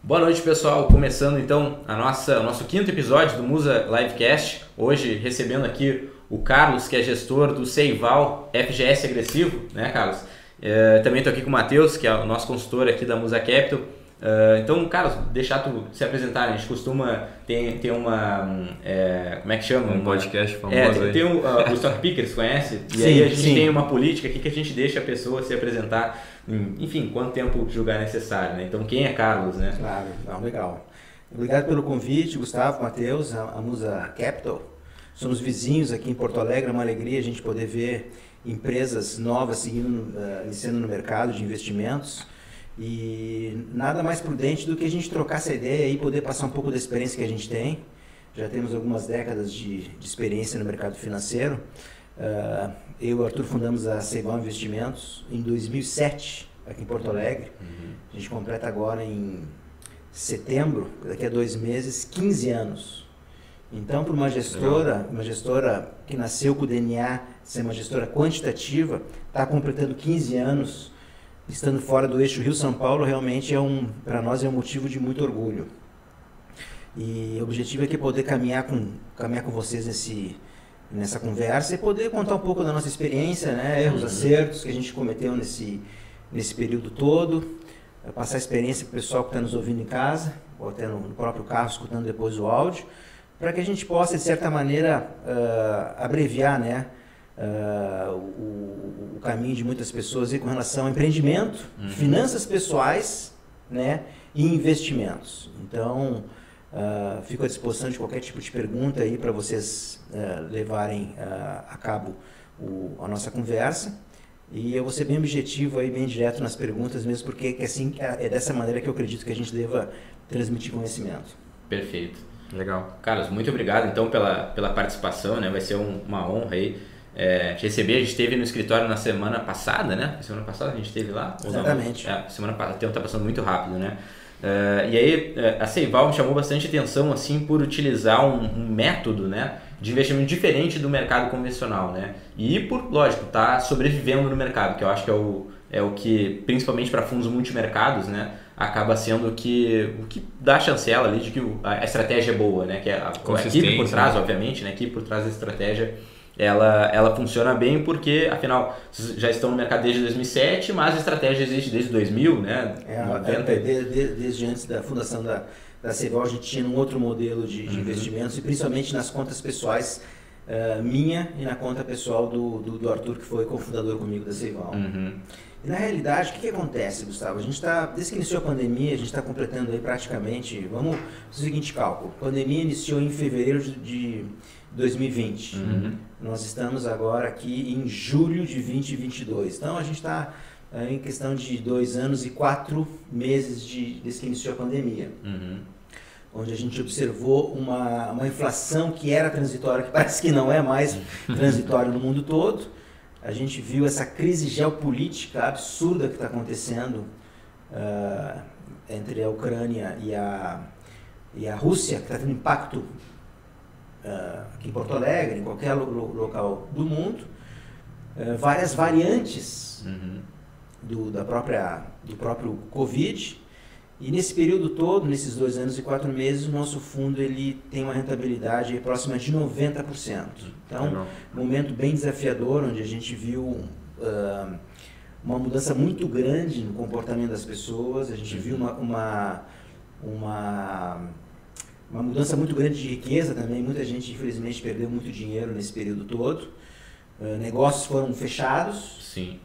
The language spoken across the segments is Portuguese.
Boa noite, pessoal. Começando então o nosso quinto episódio do Musa Livecast. Hoje recebendo aqui o Carlos, que é gestor do Seival FGS Agressivo, né, Carlos? Também estou aqui com o Matheus, que é o nosso consultor aqui da Musa Capital. Então, Carlos, deixar tu se apresentar. A gente costuma ter uma... como é que chama? Um podcast famoso aí. Tem o Stock Pickers, conhece? E Sim, aí a gente sim. tem uma política aqui que a gente deixa a pessoa se apresentar, enfim, quanto tempo julgar necessário, né? Então, quem é Carlos, né? Claro, não, legal. Obrigado pelo convite, Gustavo, Matheus, a Musa Capital. Somos vizinhos aqui em Porto Alegre, é uma alegria a gente poder ver empresas novas iniciando no mercado de investimentos. E nada mais prudente do que a gente trocar essa ideia e poder passar um pouco da experiência que a gente tem. Já temos algumas décadas de experiência no mercado financeiro. Eu e o Arthur fundamos a Seival Investimentos em 2007, aqui em Porto Alegre. A gente completa agora em setembro, daqui a 2 meses, 15 anos. Então, para uma gestora que nasceu com o DNA de ser uma gestora quantitativa, está completando 15 anos, estando fora do eixo Rio-São Paulo, realmente para nós é um motivo de muito orgulho. E o objetivo é poder caminhar com vocês nessa conversa e poder contar um pouco da nossa experiência, né, erros, acertos que a gente cometeu nesse período todo, passar a experiência para o pessoal que está nos ouvindo em casa, ou até no próprio carro, escutando depois o áudio, para que a gente possa, de certa maneira, abreviar, né, o caminho de muitas pessoas aí com relação ao empreendimento, finanças pessoais, né, e investimentos. Então, fico à disposição de qualquer tipo de pergunta aí para vocês levarem a cabo a nossa conversa. E eu vou ser bem objetivo aí, bem direto nas perguntas mesmo, porque assim, é dessa maneira que eu acredito que a gente deva transmitir conhecimento. Perfeito. Legal. Carlos, muito obrigado então pela participação, né? Vai ser uma honra aí te receber. A gente esteve no escritório na semana passada, né? Semana passada a gente esteve lá? Exatamente. Semana passada, o tempo está passando muito rápido, né? E aí a Seival me chamou bastante atenção assim por utilizar um método, né, de investimento diferente do mercado convencional, né? E por, lógico, tá sobrevivendo no mercado, que eu acho que é o que, principalmente para fundos multimercados, né, acaba sendo o que dá a chancela ali de que a estratégia é boa, né? Que a equipe por trás, obviamente, né? A equipe por trás da estratégia ela funciona bem porque, afinal, vocês já estão no mercado desde 2007, mas a estratégia existe desde 2000, né? Desde antes da fundação da Seival, a gente tinha um outro modelo de investimentos, e principalmente nas contas pessoais, minha e na conta pessoal do Arthur, que foi cofundador comigo da Seival. E na realidade, o que acontece, Gustavo? A gente está, desde que iniciou a pandemia, a gente está completando aí praticamente, vamos fazer o seguinte cálculo, a pandemia iniciou em fevereiro de 2020, nós estamos agora aqui em julho de 2022, então a gente está em questão de 2 anos e 4 meses desde que iniciou a pandemia, onde a gente observou uma inflação que era transitória, que parece que não é mais transitória no mundo todo. A gente viu essa crise geopolítica absurda que está acontecendo entre a Ucrânia e a Rússia, que está tendo impacto aqui em Porto Alegre, em qualquer local do mundo, várias variantes do próprio Covid, e nesse período todo, nesses 2 anos e 4 meses, o nosso fundo ele tem uma rentabilidade próxima de 90%. Então, um momento bem desafiador, onde a gente viu uma mudança muito grande no comportamento das pessoas, a gente viu uma mudança muito grande de riqueza também. Muita gente, infelizmente, perdeu muito dinheiro nesse período todo. Negócios foram fechados. Sim.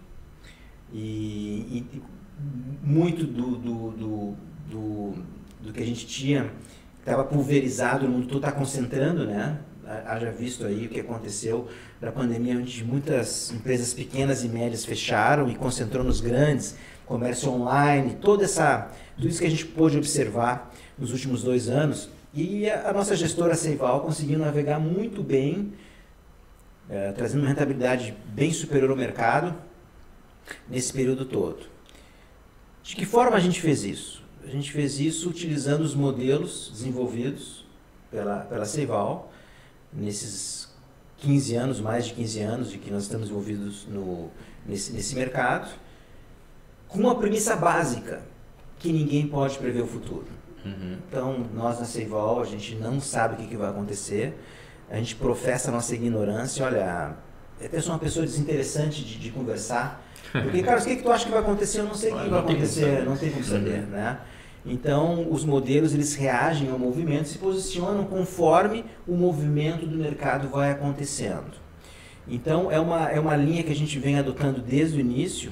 E muito do que a gente tinha estava pulverizado no mundo todo, está concentrando, né? Haja visto aí o que aconteceu da pandemia, onde muitas empresas pequenas e médias fecharam e concentrou nos grandes, comércio online, tudo isso que a gente pôde observar nos últimos 2 anos. E a nossa gestora Seival conseguiu navegar muito bem, trazendo uma rentabilidade bem superior ao mercado nesse período todo. De que forma a gente fez isso? A gente fez isso utilizando os modelos desenvolvidos pela Seival nesses 15 anos, mais de 15 anos de que nós estamos envolvidos nesse mercado, com uma premissa básica, que ninguém pode prever o futuro. Então, nós na Ceivol, a gente não sabe o que vai acontecer, a gente professa a nossa ignorância. Olha, até sou uma pessoa desinteressante de conversar, porque, cara, o que tu acha que vai acontecer? Eu não sei o que vai acontecer, não tem como saber, né? Então, os modelos, eles reagem ao movimento, se posicionam conforme o movimento do mercado vai acontecendo. Então, é uma linha que a gente vem adotando desde o início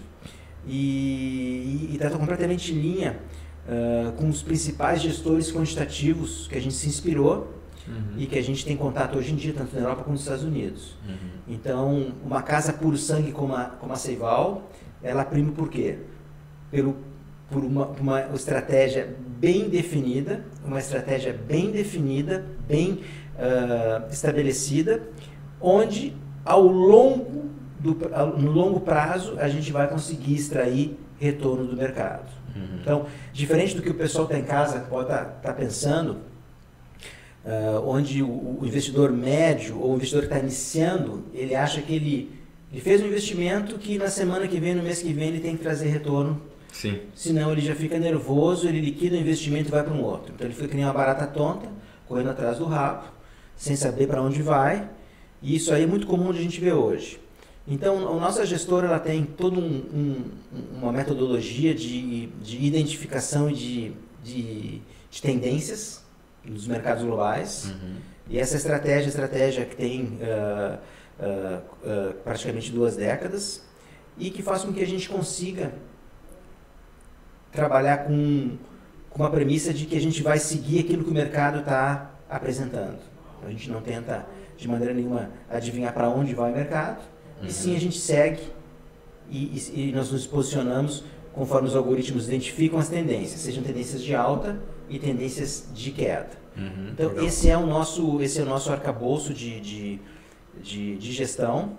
e está completamente em linha com os principais gestores quantitativos que a gente se inspirou e que a gente tem contato hoje em dia, tanto na Europa como nos Estados Unidos. Então, uma casa puro sangue como a Ceivol, ela prima por quê? Por uma estratégia bem definida, bem estabelecida, onde no longo prazo a gente vai conseguir extrair retorno do mercado. Então, diferente do que o pessoal está em casa pode estar pensando, onde o investidor médio ou o investidor que está iniciando, ele acha que ele fez um investimento que na semana que vem, no mês que vem, ele tem que trazer retorno. Sim. Senão ele já fica nervoso, ele liquida o investimento e vai para um outro. Então ele fica que nem uma barata tonta, correndo atrás do rabo, sem saber para onde vai. E isso aí é muito comum de a gente ver hoje. Então, a nossa gestora ela tem toda uma metodologia de identificação e de tendências nos mercados globais. E essa estratégia que tem praticamente 2 décadas e que faz com que a gente consiga trabalhar com uma premissa de que a gente vai seguir aquilo que o mercado está apresentando. A gente não tenta, de maneira nenhuma, adivinhar para onde vai o mercado, e sim a gente segue e nós nos posicionamos conforme os algoritmos identificam as tendências, sejam tendências de alta e tendências de queda. Então, legal. Esse é o nosso arcabouço de gestão.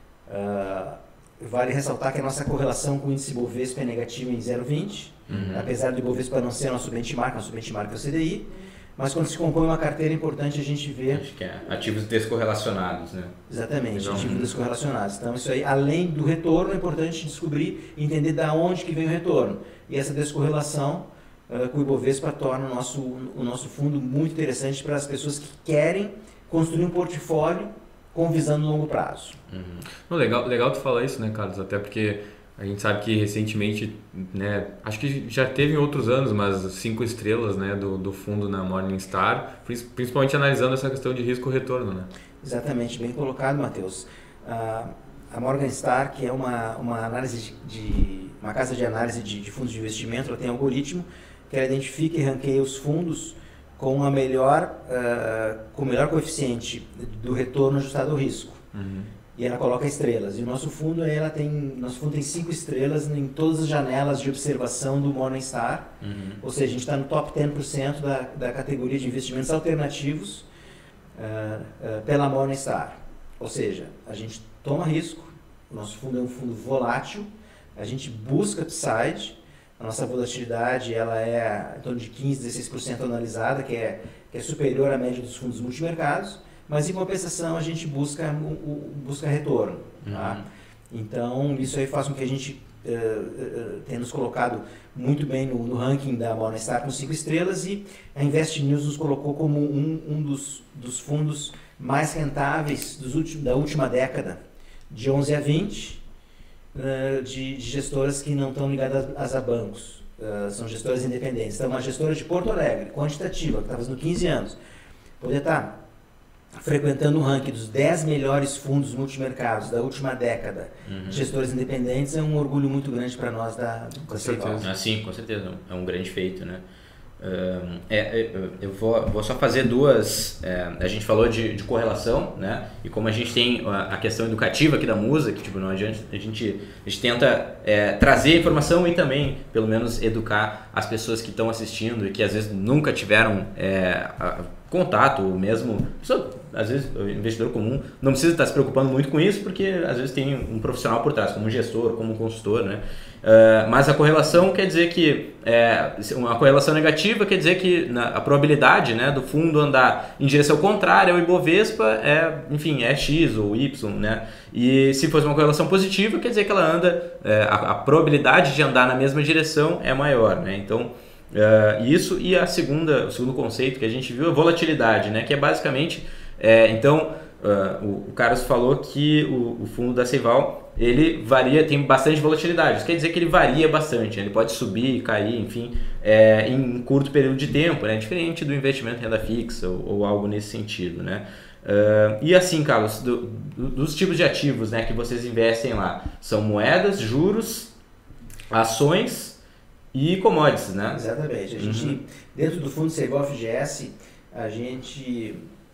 Vale ressaltar que a nossa correlação com o índice Bovespa é negativa em 0,20, apesar do Bovespa não ser nosso benchmark é o CDI, mas quando se compõe uma carteira é importante a gente ver... Acho que é ativos descorrelacionados, né? Exatamente, ativos descorrelacionados. Então, isso aí, além do retorno, é importante descobrir e entender de onde que vem o retorno. E essa descorrelação com o Ibovespa torna o nosso fundo muito interessante para as pessoas que querem construir um portfólio com visão no longo prazo. Legal tu falar isso, né, Carlos? Até porque a gente sabe que recentemente, né, acho que já teve em outros anos, mas 5 estrelas, né, do fundo na Morningstar, principalmente analisando essa questão de risco-retorno, né? Exatamente, bem colocado, Matheus. A Morningstar, que é uma casa de análise de fundos de investimento, ela tem um algoritmo que ela identifica e ranqueia os fundos com o melhor coeficiente do retorno ajustado ao risco. E ela coloca estrelas. E o nosso fundo tem 5 estrelas em todas as janelas de observação do Morningstar. Ou seja, a gente está no top 10% da categoria de investimentos alternativos pela Morningstar. Ou seja, a gente toma risco, o nosso fundo é um fundo volátil, a gente busca upside, a nossa volatilidade ela é em torno de 15%, 16% analisada, que é superior à média dos fundos multimercados, mas em compensação a gente busca retorno. Tá? Então isso aí faz com que a gente tenha nos colocado muito bem no ranking da Morningstar com 5 estrelas, e a Invest News nos colocou como um dos fundos mais rentáveis da última década, de 11 a 20, de gestoras que não estão ligadas a bancos. São gestoras independentes. Então, uma gestora de Porto Alegre, quantitativa, que está fazendo 15 anos, poder estar frequentando o ranking dos 10 melhores fundos multimercados da última década, gestores independentes, é um orgulho muito grande para nós da Ceivol. Sim, com certeza. É um grande feito, né? Eu vou só fazer duas. A gente falou de correlação, né? E como a gente tem a questão educativa aqui da Musa, que tipo, não adianta, a gente tenta trazer informação e também, pelo menos, educar as pessoas que estão assistindo e que às vezes nunca tiveram contato, ou mesmo, às vezes o investidor comum não precisa estar se preocupando muito com isso, porque às vezes tem um profissional por trás, como um gestor, como um consultor, né? Mas a correlação quer dizer que uma correlação negativa quer dizer que a probabilidade, né, do fundo andar em direção contrária ao Ibovespa é X ou Y, né? E se fosse uma correlação positiva, quer dizer que ela anda, a probabilidade de andar na mesma direção é maior, né? Então Isso, e o segundo conceito que a gente viu é volatilidade, né? Que é basicamente, então, o Carlos falou que o fundo da Seival, ele varia, tem bastante volatilidade. Isso quer dizer que ele varia bastante, ele pode subir, cair, enfim, em curto período de tempo, né? Diferente do investimento em renda fixa ou algo nesse sentido, né? E assim, Carlos, dos tipos de ativos, né, que vocês investem lá, são moedas, juros, ações e commodities, né? Exatamente. A gente, dentro do fundo Seival FGS, a gente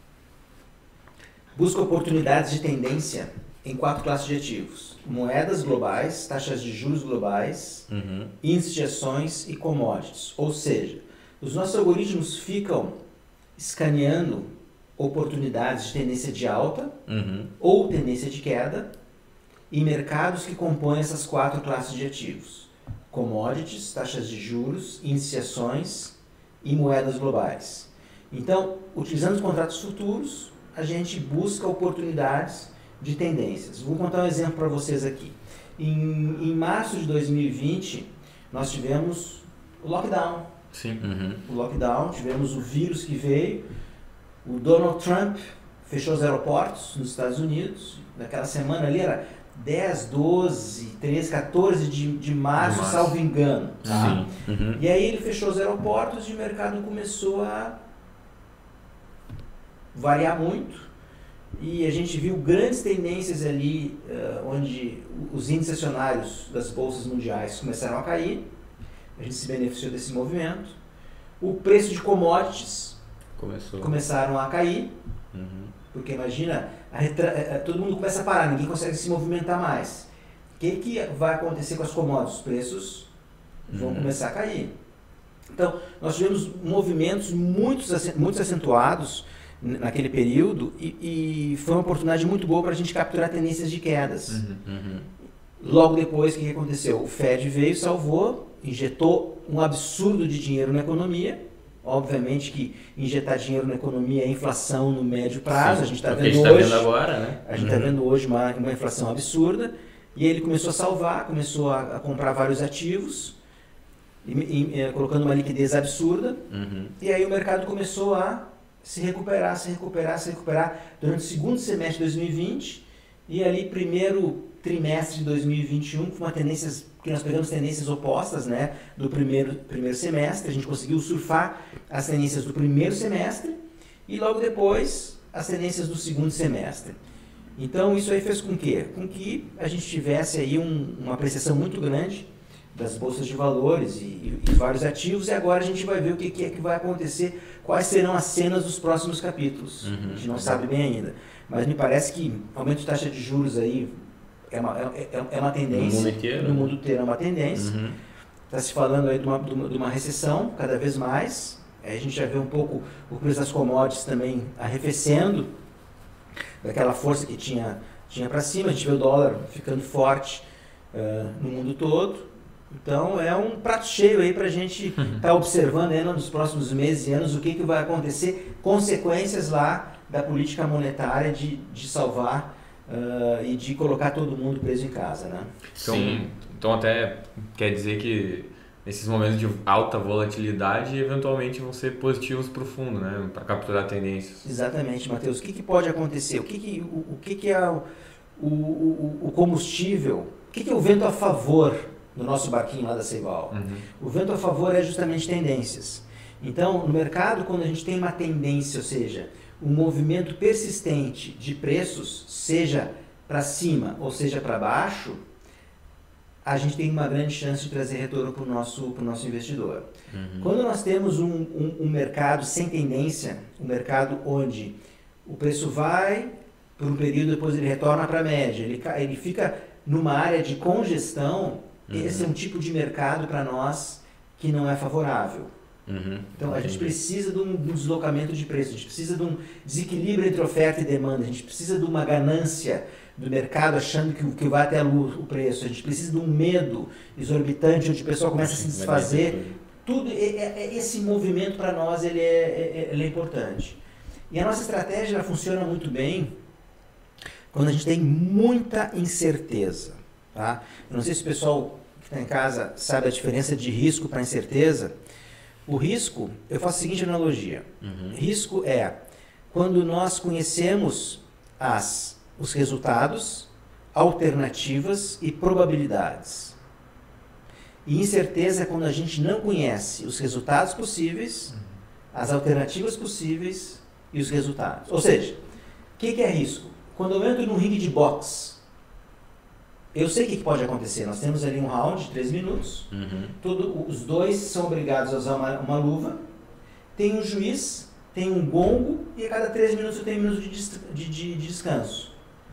busca oportunidades de tendência em 4 classes de ativos: moedas globais, taxas de juros globais, índices de ações e commodities. Ou seja, os nossos algoritmos ficam escaneando oportunidades de tendência de alta ou tendência de queda em mercados que compõem essas 4 classes de ativos: commodities, taxas de juros, índices de ações e moedas globais. Então, utilizando os contratos futuros, a gente busca oportunidades de tendências. Vou contar um exemplo para vocês aqui. Em março de 2020, nós tivemos o lockdown. Sim. O lockdown, tivemos o vírus que veio, o Donald Trump fechou os aeroportos nos Estados Unidos. Naquela semana ali era 10, 12, 13, 14 de março, salvo engano. Tá? Sim. E aí ele fechou os aeroportos e o mercado começou a variar muito. E a gente viu grandes tendências ali, onde os índices acionários das bolsas mundiais começaram a cair. A gente se beneficiou desse movimento. O preço de commodities começaram a cair. Porque imagina, todo mundo começa a parar, ninguém consegue se movimentar mais. O que vai acontecer com as commodities? Os preços vão começar a cair. Então, nós tivemos movimentos muito acentuados naquele período e foi uma oportunidade muito boa para a gente capturar tendências de quedas. Logo depois, o que aconteceu? O Fed veio, salvou, injetou um absurdo de dinheiro na economia. Obviamente que injetar dinheiro na economia é inflação no médio prazo. Sim, a gente está vendo hoje, vendo agora, né? A gente está vendo hoje uma inflação absurda. E aí ele começou a salvar, começou a comprar vários ativos, colocando uma liquidez absurda. E aí o mercado começou a se recuperar durante o segundo semestre de 2020 e ali primeiro trimestre de 2021, com uma tendência que nós pegamos tendências opostas, né, do primeiro semestre. A gente conseguiu surfar as tendências do primeiro semestre e logo depois as tendências do segundo semestre. Então isso aí fez com que a gente tivesse aí uma apreciação muito grande das bolsas de valores e vários ativos, e agora a gente vai ver o que é que vai acontecer, quais serão as cenas dos próximos capítulos. A gente não sabe bem ainda, mas me parece que aumento de taxa de juros aí é uma tendência, no mundo inteiro é uma tendência. Está se falando aí de uma recessão cada vez mais. Aí a gente já vê um pouco o preço das commodities também arrefecendo daquela força que tinha para cima. A gente vê o dólar ficando forte no mundo todo. Então é um prato cheio aí para a gente estar observando aí nos próximos meses e anos o que vai acontecer, consequências lá da política monetária de salvar e de colocar todo mundo preso em casa, né? Então até quer dizer que esses momentos de alta volatilidade eventualmente vão ser positivos para o fundo, né? Para capturar tendências. Exatamente, Matheus. O que pode acontecer? O que é o combustível? O que é o vento a favor do nosso barquinho lá da Seival? O vento a favor é justamente tendências. Então, no mercado, quando a gente tem uma tendência, ou seja, um movimento persistente de preços, seja para cima ou seja para baixo, a gente tem uma grande chance de trazer retorno para o nosso investidor. Quando nós temos um mercado sem tendência, um mercado onde o preço vai por um período, depois ele retorna para a média, ele fica numa área de congestão, esse é um tipo de mercado para nós que não é favorável. Então a gente precisa de um deslocamento de preço, a gente precisa de um desequilíbrio entre oferta e demanda, a gente precisa de uma ganância do mercado achando que vai até o preço, a gente precisa de um medo exorbitante onde o pessoal começa a se desfazer. Tudo esse movimento para nós ele é importante. E a nossa estratégia ela funciona muito bem quando a gente tem muita incerteza. Tá? Eu não sei se o pessoal que está em casa sabe a diferença de risco para incerteza, O risco, eu faço a seguinte analogia. Risco é quando nós conhecemos os resultados, alternativas e probabilidades. E incerteza é quando a gente não conhece os resultados possíveis, as alternativas possíveis e os resultados. Ou seja, o que é risco? Quando eu entro num ringue de boxe, eu sei o que pode acontecer. Nós temos ali um round de 3 minutos. Os dois são obrigados a usar uma luva. Tem um juiz, tem um gongo e a cada 3 minutos eu tenho minutos de descanso.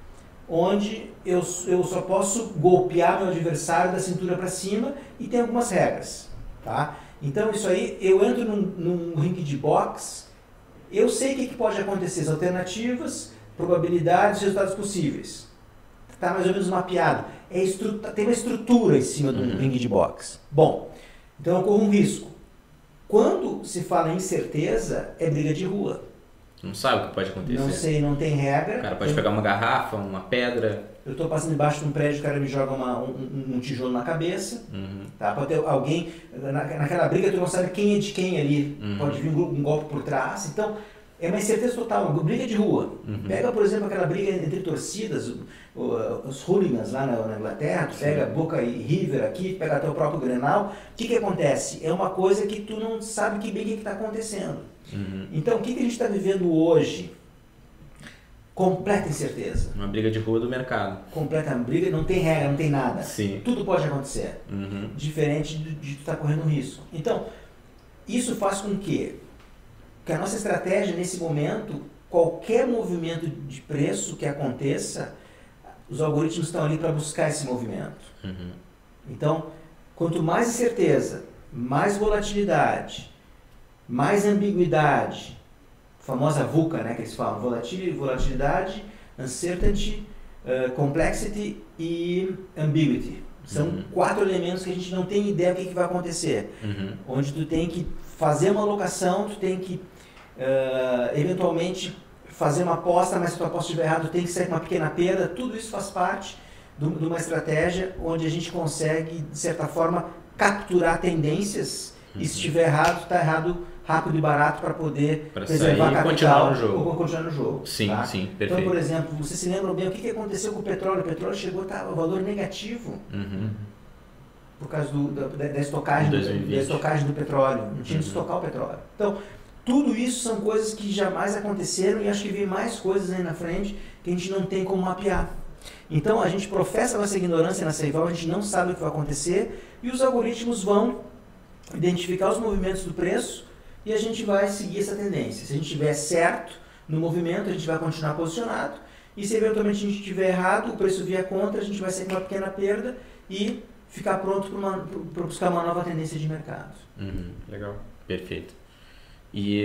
Onde eu só posso golpear meu adversário da cintura para cima e tem algumas regras. Tá? Então isso aí, eu entro num ringue de boxe, eu sei o que pode acontecer, as alternativas, probabilidades e resultados possíveis. Está mais ou menos mapeado. Tem uma estrutura em cima do ringue de boxe. Bom, então eu corro um risco. Quando se fala em incerteza, é briga de rua. Não sabe o que pode acontecer. Não sei, não tem regra. O cara pode pegar uma garrafa, uma pedra. Eu estou passando embaixo de um prédio, o cara me joga um tijolo na cabeça. Tá? Pode ter alguém, naquela briga tu não sabe quem é de quem ali. Pode vir um golpe por trás. Então, é uma incerteza total, uma briga de rua. Pega, por exemplo, aquela briga entre torcidas, os hooligans lá na Inglaterra, tu pega Boca e River aqui, pega até o próprio Grenal. O que acontece? É uma coisa que tu não sabe que briga que está acontecendo. Então, o que a gente está vivendo hoje? Completa incerteza. Uma briga de rua do mercado. Completa briga, não tem regra, não tem nada. Sim. Tudo pode acontecer. Diferente de tu estar correndo um risco. Então, isso faz com que a nossa estratégia nesse momento, qualquer movimento de preço que aconteça, os algoritmos estão ali para buscar esse movimento. Então, quanto mais incerteza, mais volatilidade, mais ambiguidade, a famosa VUCA, né, que eles falam, volatilidade, uncertainty, complexity e ambiguity. São 4 elementos que a gente não tem ideia do que vai acontecer. Onde tu tem que fazer uma alocação, tu tem que eventualmente fazer uma aposta, mas se tua aposta estiver errada, tu tem que sair com uma pequena perda. Tudo isso faz parte de uma estratégia onde a gente consegue, de certa forma, capturar tendências e se estiver errado, está errado rápido e barato para poder preservar a capital ou continuar no jogo. Sim, tá? sim, perfeito. Então, por exemplo, vocês se lembram bem o que aconteceu com o petróleo? O petróleo chegou a estar a valor negativo por causa da estocagem do petróleo. Não tinha de estocar o petróleo. Então, tudo isso são coisas que jamais aconteceram e acho que vem mais coisas aí na frente que a gente não tem como mapear. Então, a gente professa a nossa ignorância na Seival, a gente não sabe o que vai acontecer e os algoritmos vão identificar os movimentos do preço e a gente vai seguir essa tendência. Se a gente estiver certo no movimento, a gente vai continuar posicionado e se eventualmente a gente estiver errado, o preço vier contra, a gente vai sair com uma pequena perda e ficar pronto para buscar uma nova tendência de mercado. Legal, perfeito. E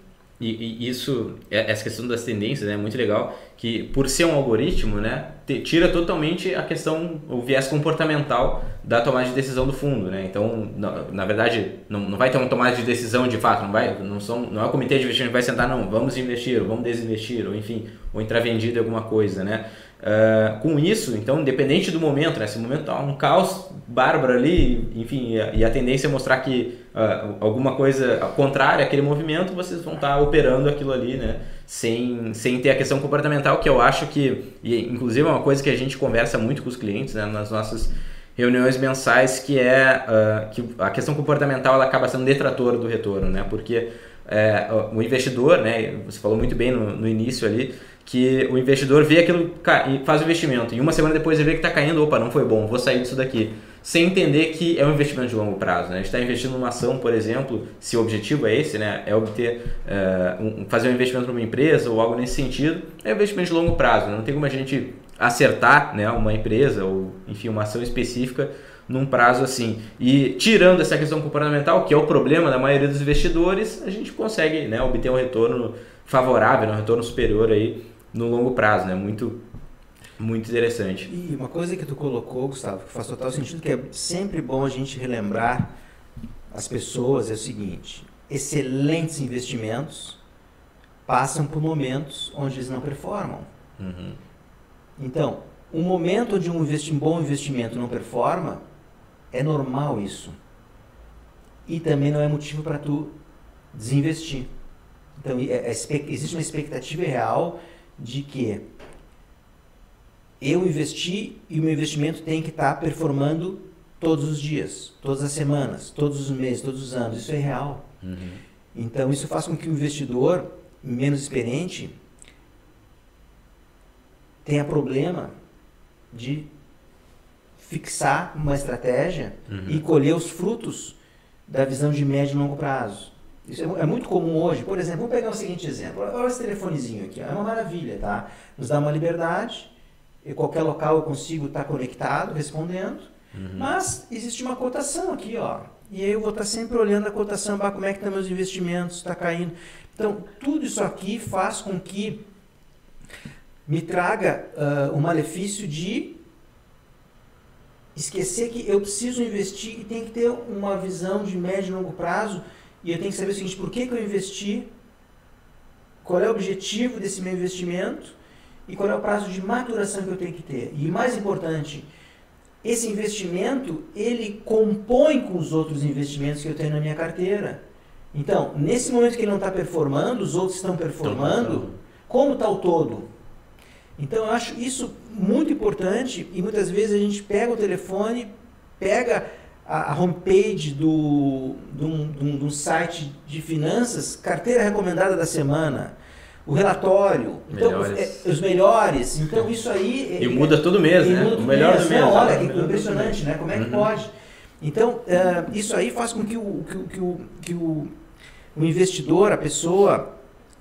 isso, essa questão das tendências é muito legal, que por ser um algoritmo, né, tira totalmente a questão, o viés comportamental da tomada de decisão do fundo, né? Então, na verdade, não vai ter uma tomada de decisão de fato, não é o comitê de investimento que vai sentar, não, vamos investir, ou vamos desinvestir, ou enfim, ou entrar vendido em alguma coisa, né? Com isso, então, independente do momento, né? Se o momento está um caos bárbaro ali, enfim, e a tendência é mostrar que alguma coisa contrária àquele movimento, vocês vão estar operando aquilo ali, né? Sem ter a questão comportamental, que eu acho que, e inclusive é uma coisa que a gente conversa muito com os clientes, né? Nas nossas reuniões mensais, que que a questão comportamental ela acaba sendo detrator do retorno, né? Porque o investidor, né? Você falou muito bem no início ali, que o investidor vê aquilo e faz o investimento, e uma semana depois ele vê que está caindo, opa, não foi bom, vou sair disso daqui, sem entender que é um investimento de longo prazo, né? A gente está investindo numa ação, por exemplo, se o objetivo é esse, né? É obter, fazer um investimento numa empresa ou algo nesse sentido, é um investimento de longo prazo, né? Não tem como a gente acertar, né, uma empresa ou, enfim, uma ação específica num prazo assim. E tirando essa questão comportamental, que é o problema da maioria dos investidores, a gente consegue, né, obter um retorno favorável, um retorno superior aí no longo prazo, né? Muito interessante. E uma coisa que tu colocou, Gustavo, que faz total sentido, que é sempre bom a gente relembrar as pessoas, é o seguinte: excelentes investimentos passam por momentos onde eles não performam. Então, um momento onde um bom investimento não performa, é normal isso. e também não é motivo para tu desinvestir. Então, existe uma expectativa real de que eu investi e o meu investimento tem que estar performando todos os dias, todas as semanas, todos os meses, todos os anos. Isso é real. Então, isso faz com que o investidor menos experiente tenha problema de fixar uma estratégia e colher os frutos da visão de médio e longo prazo. Isso é muito comum hoje. Por exemplo, vamos pegar o seguinte exemplo. Olha esse telefonezinho aqui. É uma maravilha, tá? Nos dá uma liberdade. Em qualquer local eu consigo estar conectado, respondendo. Mas existe uma cotação aqui, ó. E aí eu vou estar sempre olhando a cotação, como é que estão meus investimentos, está caindo. Então, tudo isso aqui faz com que me traga o malefício de esquecer que eu preciso investir e tem que ter uma visão de médio e longo prazo. E eu tenho que saber o seguinte, por que eu investi, qual é o objetivo desse meu investimento e qual é o prazo de maturação que eu tenho que ter. E mais importante, esse investimento, ele compõe com os outros investimentos que eu tenho na minha carteira. Então, nesse momento que ele não está performando, os outros estão performando, como está o todo? Então, eu acho isso muito importante e muitas vezes a gente pega o telefone, pega a homepage de um site de finanças, carteira recomendada da semana, o relatório, então, os melhores. Então, isso aí... E muda todo mês, né? O melhor do mês. Olha, que impressionante, né? Como é que pode? Então, isso aí faz com que o investidor, a pessoa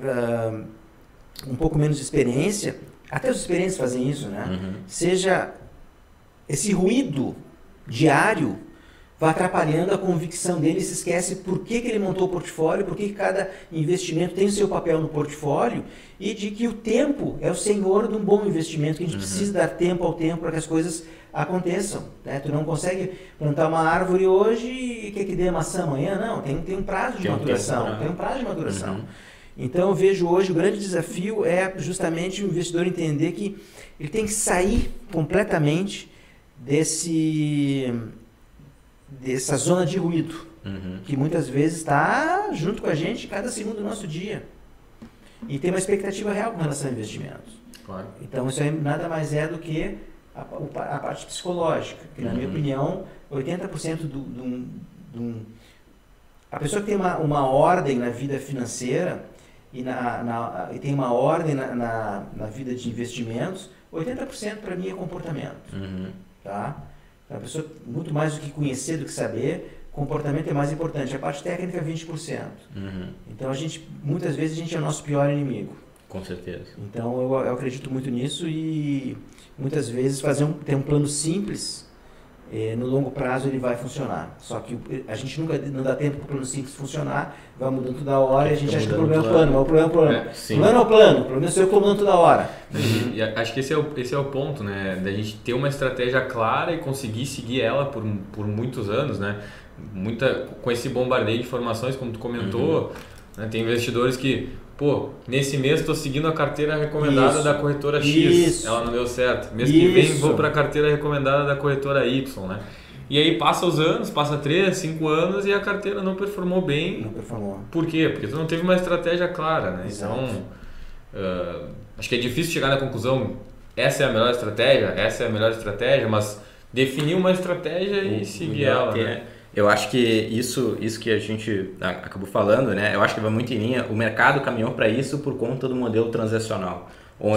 um pouco menos de experiência, até os experientes fazem isso, né? Seja esse ruído diário vai atrapalhando a convicção dele, se esquece por que ele montou o portfólio, por que cada investimento tem o seu papel no portfólio e de que o tempo é o senhor de um bom investimento, que a gente precisa dar tempo ao tempo para que as coisas aconteçam. Né? Tu não consegue plantar uma árvore hoje e quer que dê maçã amanhã, não, tem um prazo de maturação, tem um prazo de maturação. Então eu vejo hoje o grande desafio é justamente o investidor entender que ele tem que sair completamente dessa zona de ruído, que muitas vezes está junto com a gente cada segundo do nosso dia. E tem uma expectativa real com relação a investimentos. Claro. Então isso aí nada mais é do que a parte psicológica, que na minha opinião, 80% a pessoa que tem uma ordem na vida financeira e tem uma ordem na vida de investimentos, 80% para mim é comportamento. Tá? A pessoa, muito mais do que conhecer, do que saber, comportamento é mais importante. A parte técnica é 20%. Então, muitas vezes, a gente é o nosso pior inimigo. Com certeza. Então, eu acredito muito nisso e, muitas vezes, ter um plano simples, no longo prazo, ele vai funcionar. Só que a gente nunca não dá tempo para o plano simples funcionar, vai mudando toda hora e a gente acha que o problema é o plano, mas o problema é o plano. O plano é o plano, o problema sou eu que estou mudando toda hora. E acho que esse é o ponto, né? Da gente ter uma estratégia clara e conseguir seguir ela por muitos anos, né? Com esse bombardeio de informações, como tu comentou, né? Tem investidores que, nesse mês estou seguindo a carteira recomendada da corretora X, ela não deu certo. Mês que vem vou para a carteira recomendada da corretora Y, né? E aí passa os anos, passa 3, 5 anos e a carteira não performou bem. Não performou. Por quê? Porque tu não teve uma estratégia clara, né? Exato. Então, acho que é difícil chegar na conclusão, essa é a melhor estratégia, mas definir uma estratégia e seguir ela, né? Eu acho que isso que a gente acabou falando, né? Eu acho que vai muito em linha. O mercado caminhou para isso por conta do modelo transacional,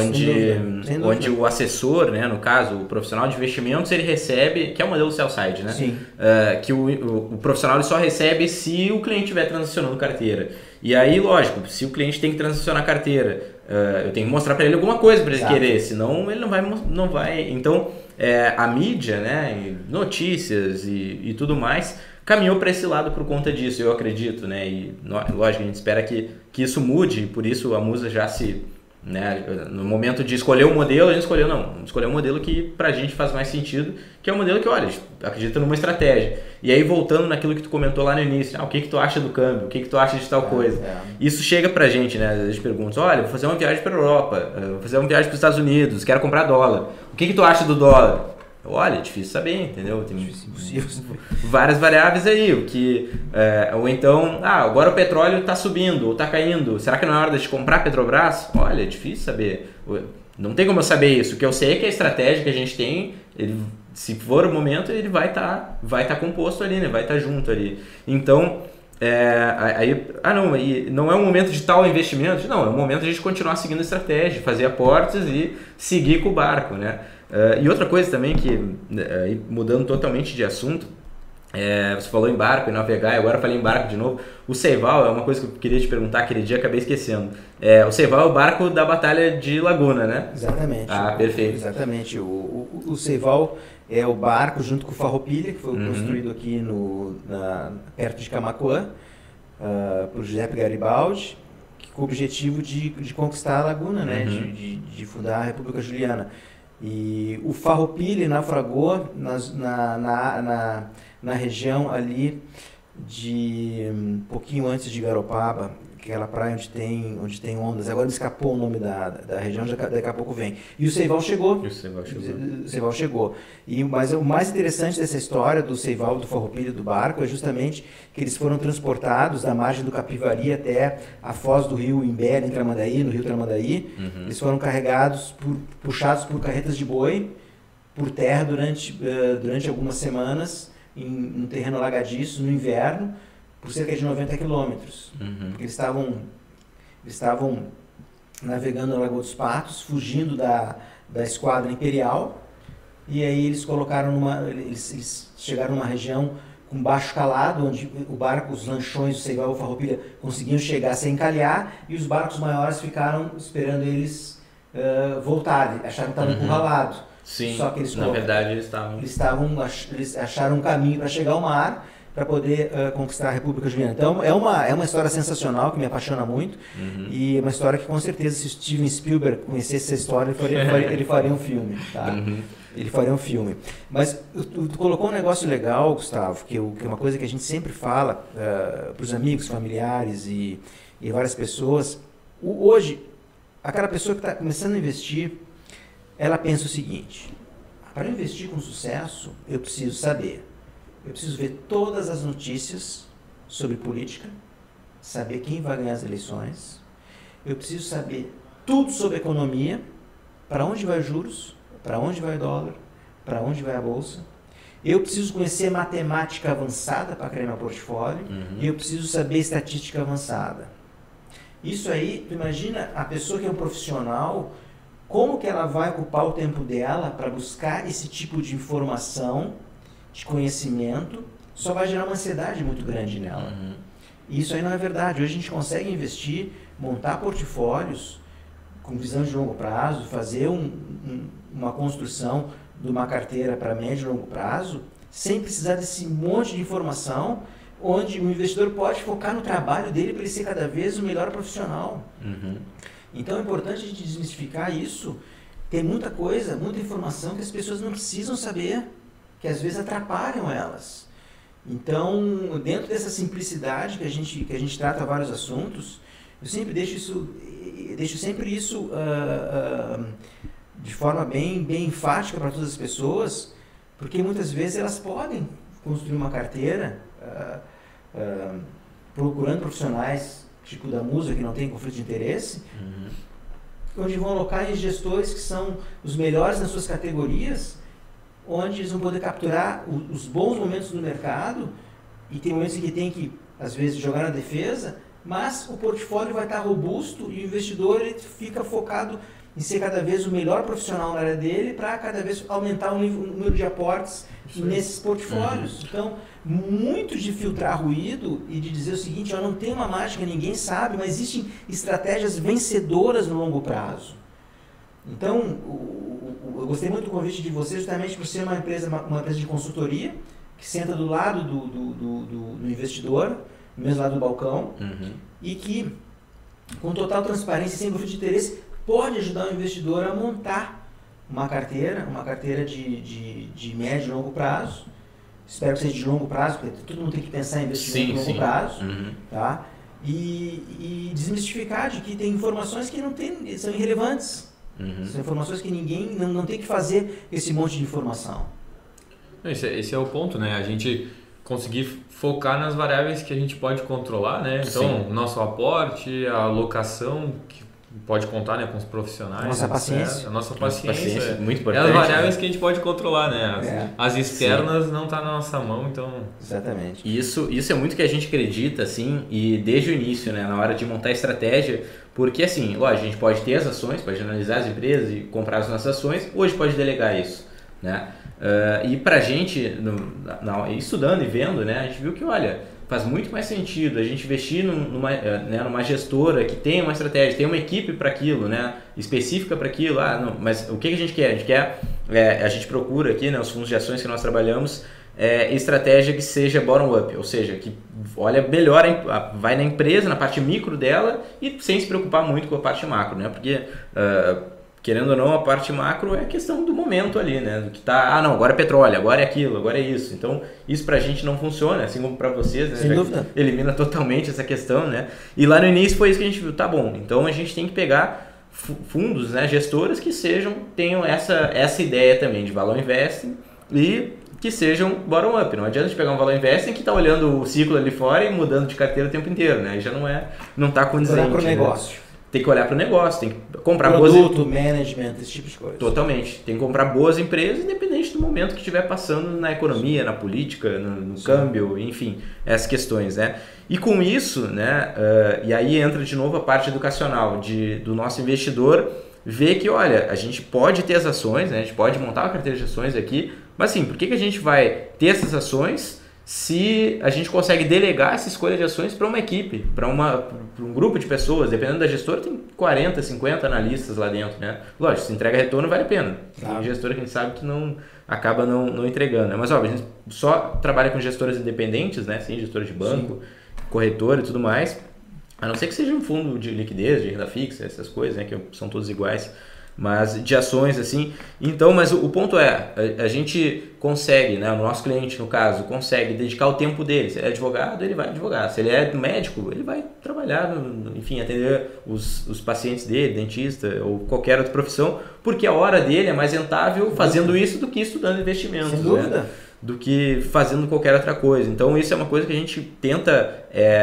onde o assessor, né, no caso, o profissional de investimentos, ele recebe, que é o modelo sell-side, né? Sim. Que o profissional ele só recebe se o cliente estiver transacionando carteira. E aí, lógico, se o cliente tem que transacionar carteira, eu tenho que mostrar para ele alguma coisa para ele querer, senão ele não vai. Então, a mídia, né, notícias e tudo mais, caminhou para esse lado por conta disso, eu acredito, né? E lógico, a gente espera que isso mude, por isso a Musa já né, no momento de escolher o modelo, a gente escolheu um modelo que pra gente faz mais sentido, que é um modelo que, olha, acredita numa estratégia. E aí, voltando naquilo que tu comentou lá no início, o que tu acha do câmbio, o que tu acha de tal coisa. Isso chega pra gente, né? Às vezes pergunta, olha, vou fazer uma viagem pra Europa, vou fazer uma viagem pros Estados Unidos, quero comprar dólar. O que tu acha do dólar? Olha, é difícil saber, entendeu? Tem Impossível. várias variáveis aí, ou então, agora o petróleo está subindo ou está caindo, será que não é hora de comprar Petrobras? Olha, é difícil saber, não tem como eu saber isso, o que eu sei é que a estratégia que a gente tem, se for o momento, ele vai tá composto ali, né? Vai estar junto ali, então... não é um momento de tal investimento, não, é um momento de a gente continuar seguindo a estratégia, fazer aportes e seguir com o barco, né? E outra coisa também que, mudando totalmente de assunto, você falou em barco e navegar, e agora falei em barco de novo. O Seival é uma coisa que eu queria te perguntar, aquele dia acabei esquecendo. O Seival é o barco da Batalha de Laguna, né? Exatamente. Perfeito. Exatamente. O Seival é o barco junto com o Farroupilha, que foi construído aqui perto de Camaquã, por Giuseppe Garibaldi, com o objetivo de conquistar a Laguna, né? De fundar a República Juliana. E o Farroupilha naufragou na região ali um pouquinho antes de Garopaba, aquela praia onde tem ondas. Agora me escapou o nome da região, daqui a pouco vem. E o Seival chegou. Mas o mais interessante dessa história do Seival, do Farroupilha, do barco, é justamente que eles foram transportados da margem do Capivari até a foz do rio Imbé, em Tramandaí, no rio Tramandaí. Eles foram puxados por carretas de boi, por terra durante algumas semanas, em um terreno alagadiço, no inverno, por cerca de 90 quilômetros. Porque eles estavam navegando na Lagoa dos Patos, fugindo da esquadra imperial, e aí eles chegaram numa região com baixo calado, onde os lanchões do Seival e o Farroupilha conseguiam chegar sem encalhar, e os barcos maiores ficaram esperando eles voltarem, acharam que estavam encurralados. Sim, só que na verdade eles acharam um caminho para chegar ao mar, para poder conquistar a República Juliana. Então é uma história sensacional que me apaixona muito, e é uma história que com certeza, se Steven Spielberg conhecesse essa história, ele faria um filme, tá? Ele faria um filme. Mas tu colocou um negócio legal, Gustavo, que é uma coisa que a gente sempre fala para os amigos, familiares e várias pessoas. Hoje, aquela pessoa que está começando a investir, ela pensa o seguinte: para investir com sucesso, eu preciso saber. Eu preciso ver todas as notícias sobre política, saber quem vai ganhar as eleições. Eu preciso saber tudo sobre economia, para onde vai os juros, para onde vai o dólar, para onde vai a bolsa. Eu preciso conhecer matemática avançada para criar meu portfólio, e eu preciso saber estatística avançada. Isso aí, tu imagina a pessoa que é um profissional, como que ela vai ocupar o tempo dela para buscar esse tipo de informação, de conhecimento, só vai gerar uma ansiedade muito grande nela. E isso aí não é verdade. Hoje a gente consegue investir, montar portfólios com visão de longo prazo, fazer uma construção de uma carteira para médio e longo prazo, sem precisar desse monte de informação, onde o investidor pode focar no trabalho dele para ele ser cada vez o melhor profissional. Então é importante a gente desmistificar isso. Tem muita coisa, muita informação que as pessoas não precisam saber, que às vezes atrapalham elas. Então, dentro dessa simplicidade que a gente trata vários assuntos, eu sempre deixo isso de forma bem enfática para todas as pessoas, porque muitas vezes elas podem construir uma carteira procurando profissionais tipo da Musa, que não tem conflito de interesse, onde vão alocar em gestores que são os melhores nas suas categorias, onde eles vão poder capturar os bons momentos do mercado, e tem momentos em que tem que, às vezes, jogar na defesa, mas o portfólio vai estar robusto e o investidor ele fica focado em ser cada vez o melhor profissional na área dele, para cada vez aumentar o número de aportes nesses portfólios. Então, muito de filtrar ruído e de dizer o seguinte: eu não tenho uma mágica, ninguém sabe, mas existem estratégias vencedoras no longo prazo. Então, eu gostei muito do convite de vocês, justamente por ser uma empresa de consultoria, que senta do lado do investidor, do mesmo lado do balcão, e que, com total transparência e sem conflito de interesse, pode ajudar o investidor a montar uma carteira de médio e longo prazo. Espero que seja de longo prazo, porque todo mundo tem que pensar em investimento de longo prazo, tá? E desmistificar de que tem informações que são irrelevantes. São informações que ninguém não tem que fazer esse monte de informação. Esse é o ponto, né? A gente conseguir focar nas variáveis que a gente pode controlar, né? Então, o nosso aporte, a alocação, que pode contar, né, com os profissionais. Nossa paciência. A nossa paciência. Muito importante. É as variáveis que a gente pode controlar, né? As externas não tá na nossa mão, então... Exatamente. Isso é muito que a gente acredita, assim, e desde o início, né, na hora de montar a estratégia, porque, assim, lógico, a gente pode ter as ações, pode analisar as empresas e comprar as nossas ações, hoje pode delegar isso, né? E pra gente, estudando e vendo, né, a gente viu que, olha, faz muito mais sentido a gente investir numa gestora que tem uma estratégia, tem uma equipe para aquilo, né, específica para aquilo. Mas o que a gente quer? A gente quer, a gente procura aqui, né, os fundos de ações que nós trabalhamos, estratégia que seja bottom-up, ou seja, que olha melhor, vai na empresa, na parte micro dela e sem se preocupar muito com a parte macro, né, porque... querendo ou não, a parte macro é a questão do momento ali, né? Do que tá, não, agora é petróleo, agora é aquilo, agora é isso. Então, isso pra gente não funciona, assim como pra vocês, né? Sem dúvida. Elimina totalmente essa questão, né? E lá no início foi isso que a gente viu, tá bom, então a gente tem que pegar fundos, né, gestoras que tenham essa ideia também de valor investing e que sejam bottom-up. Não adianta a gente pegar um valor investing que está olhando o ciclo ali fora e mudando de carteira o tempo inteiro, né? Aí já não está condizente. Olhar para o né? negócio. Tem que olhar para o negócio, tem que comprar produto, management, esse tipo de coisa. Totalmente. Tem que comprar boas empresas, independente do momento que estiver passando na economia, na política, no câmbio, enfim, essas questões, né? E com isso, né, e aí entra de novo a parte educacional do nosso investidor ver que, olha, a gente pode ter as ações, né, a gente pode montar uma carteira de ações aqui, mas assim, por que a gente vai ter essas ações se a gente consegue delegar essa escolha de ações para uma equipe, para um grupo de pessoas, dependendo da gestora, tem 40, 50 analistas lá dentro, né? Lógico, se entrega retorno, vale a pena. Tem gestora que a gente sabe que acaba não entregando, né? Mas, óbvio, a gente só trabalha com gestoras independentes, né? Sim, gestora de banco, corretora e tudo mais, a não ser que seja um fundo de liquidez, de renda fixa, essas coisas, né? Que são todos iguais. Mas de ações assim, então, mas o ponto é, a gente consegue, né, o nosso cliente no caso, consegue dedicar o tempo dele. Se ele é advogado, ele vai advogar. Se ele é médico, ele vai trabalhar, enfim, atender os pacientes dele, dentista ou qualquer outra profissão, porque a hora dele é mais rentável fazendo isso do que estudando investimentos. Sem dúvida. Né? Do que fazendo qualquer outra coisa. Então isso é uma coisa que a gente tenta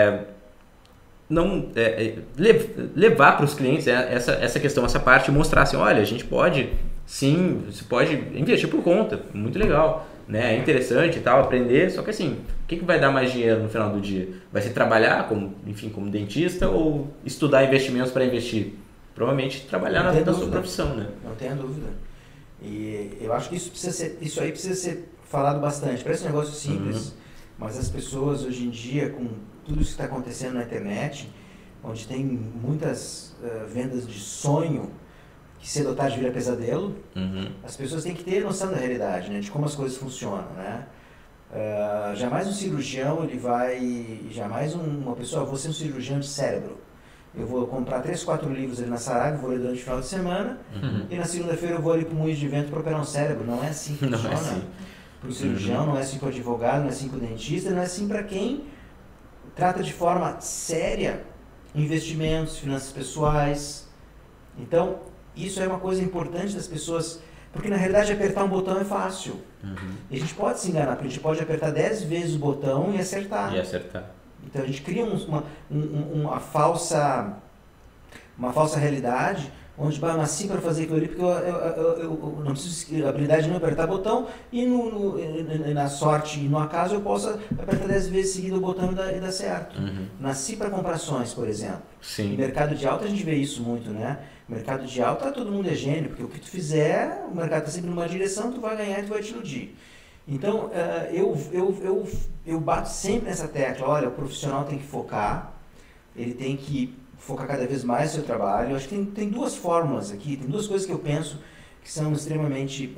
levar para os clientes essa questão, essa parte, mostrar assim, olha, a gente pode, sim, você pode investir por conta, muito legal, né? É interessante e tal, aprender, só que assim, o que vai dar mais dinheiro no final do dia? Vai ser trabalhar como dentista ou estudar investimentos para investir? Provavelmente trabalhar na sua profissão, né? Não tenha dúvida. E eu acho que isso aí precisa ser falado bastante. Parece um negócio simples, mas as pessoas hoje em dia, com tudo isso que está acontecendo na internet, onde tem muitas vendas de sonho, que cedo ou tarde vira pesadelo, as pessoas têm que ter noção da realidade, né, de como as coisas funcionam, né? Jamais um cirurgião, jamais uma pessoa, vou ser um cirurgião de cérebro. Eu vou comprar 3, 4 livros ali na Saraiva, vou ler durante o final de semana, e na segunda-feira eu vou ali para o moinho de vento para operar um cérebro. Não é assim que funciona. Assim. Para o cirurgião, não é assim para o advogado, não é assim para o dentista, não é assim para quem trata de forma séria investimentos, finanças pessoais. Então, isso é uma coisa importante das pessoas, porque na realidade apertar um botão é fácil. E a gente pode se enganar, porque a gente pode apertar 10 vezes o botão e acertar. Então a gente cria uma falsa realidade, onde vai assim para fazer aquilo ali, porque eu não preciso a habilidade de não apertar botão, e na sorte e no acaso eu posso apertar 10 vezes seguido o botão e dar certo. Nasci para comprar ações, por exemplo. Sim. Em mercado de alta a gente vê isso muito, né? Mercado de alta todo mundo é gênio, porque o que tu fizer, o mercado está sempre numa direção, tu vai ganhar e tu vai te iludir. Então, eu bato sempre nessa tecla, olha, o profissional tem que focar, ele tem que focar cada vez mais no seu trabalho. Eu acho que tem duas fórmulas aqui, tem duas coisas que eu penso que são extremamente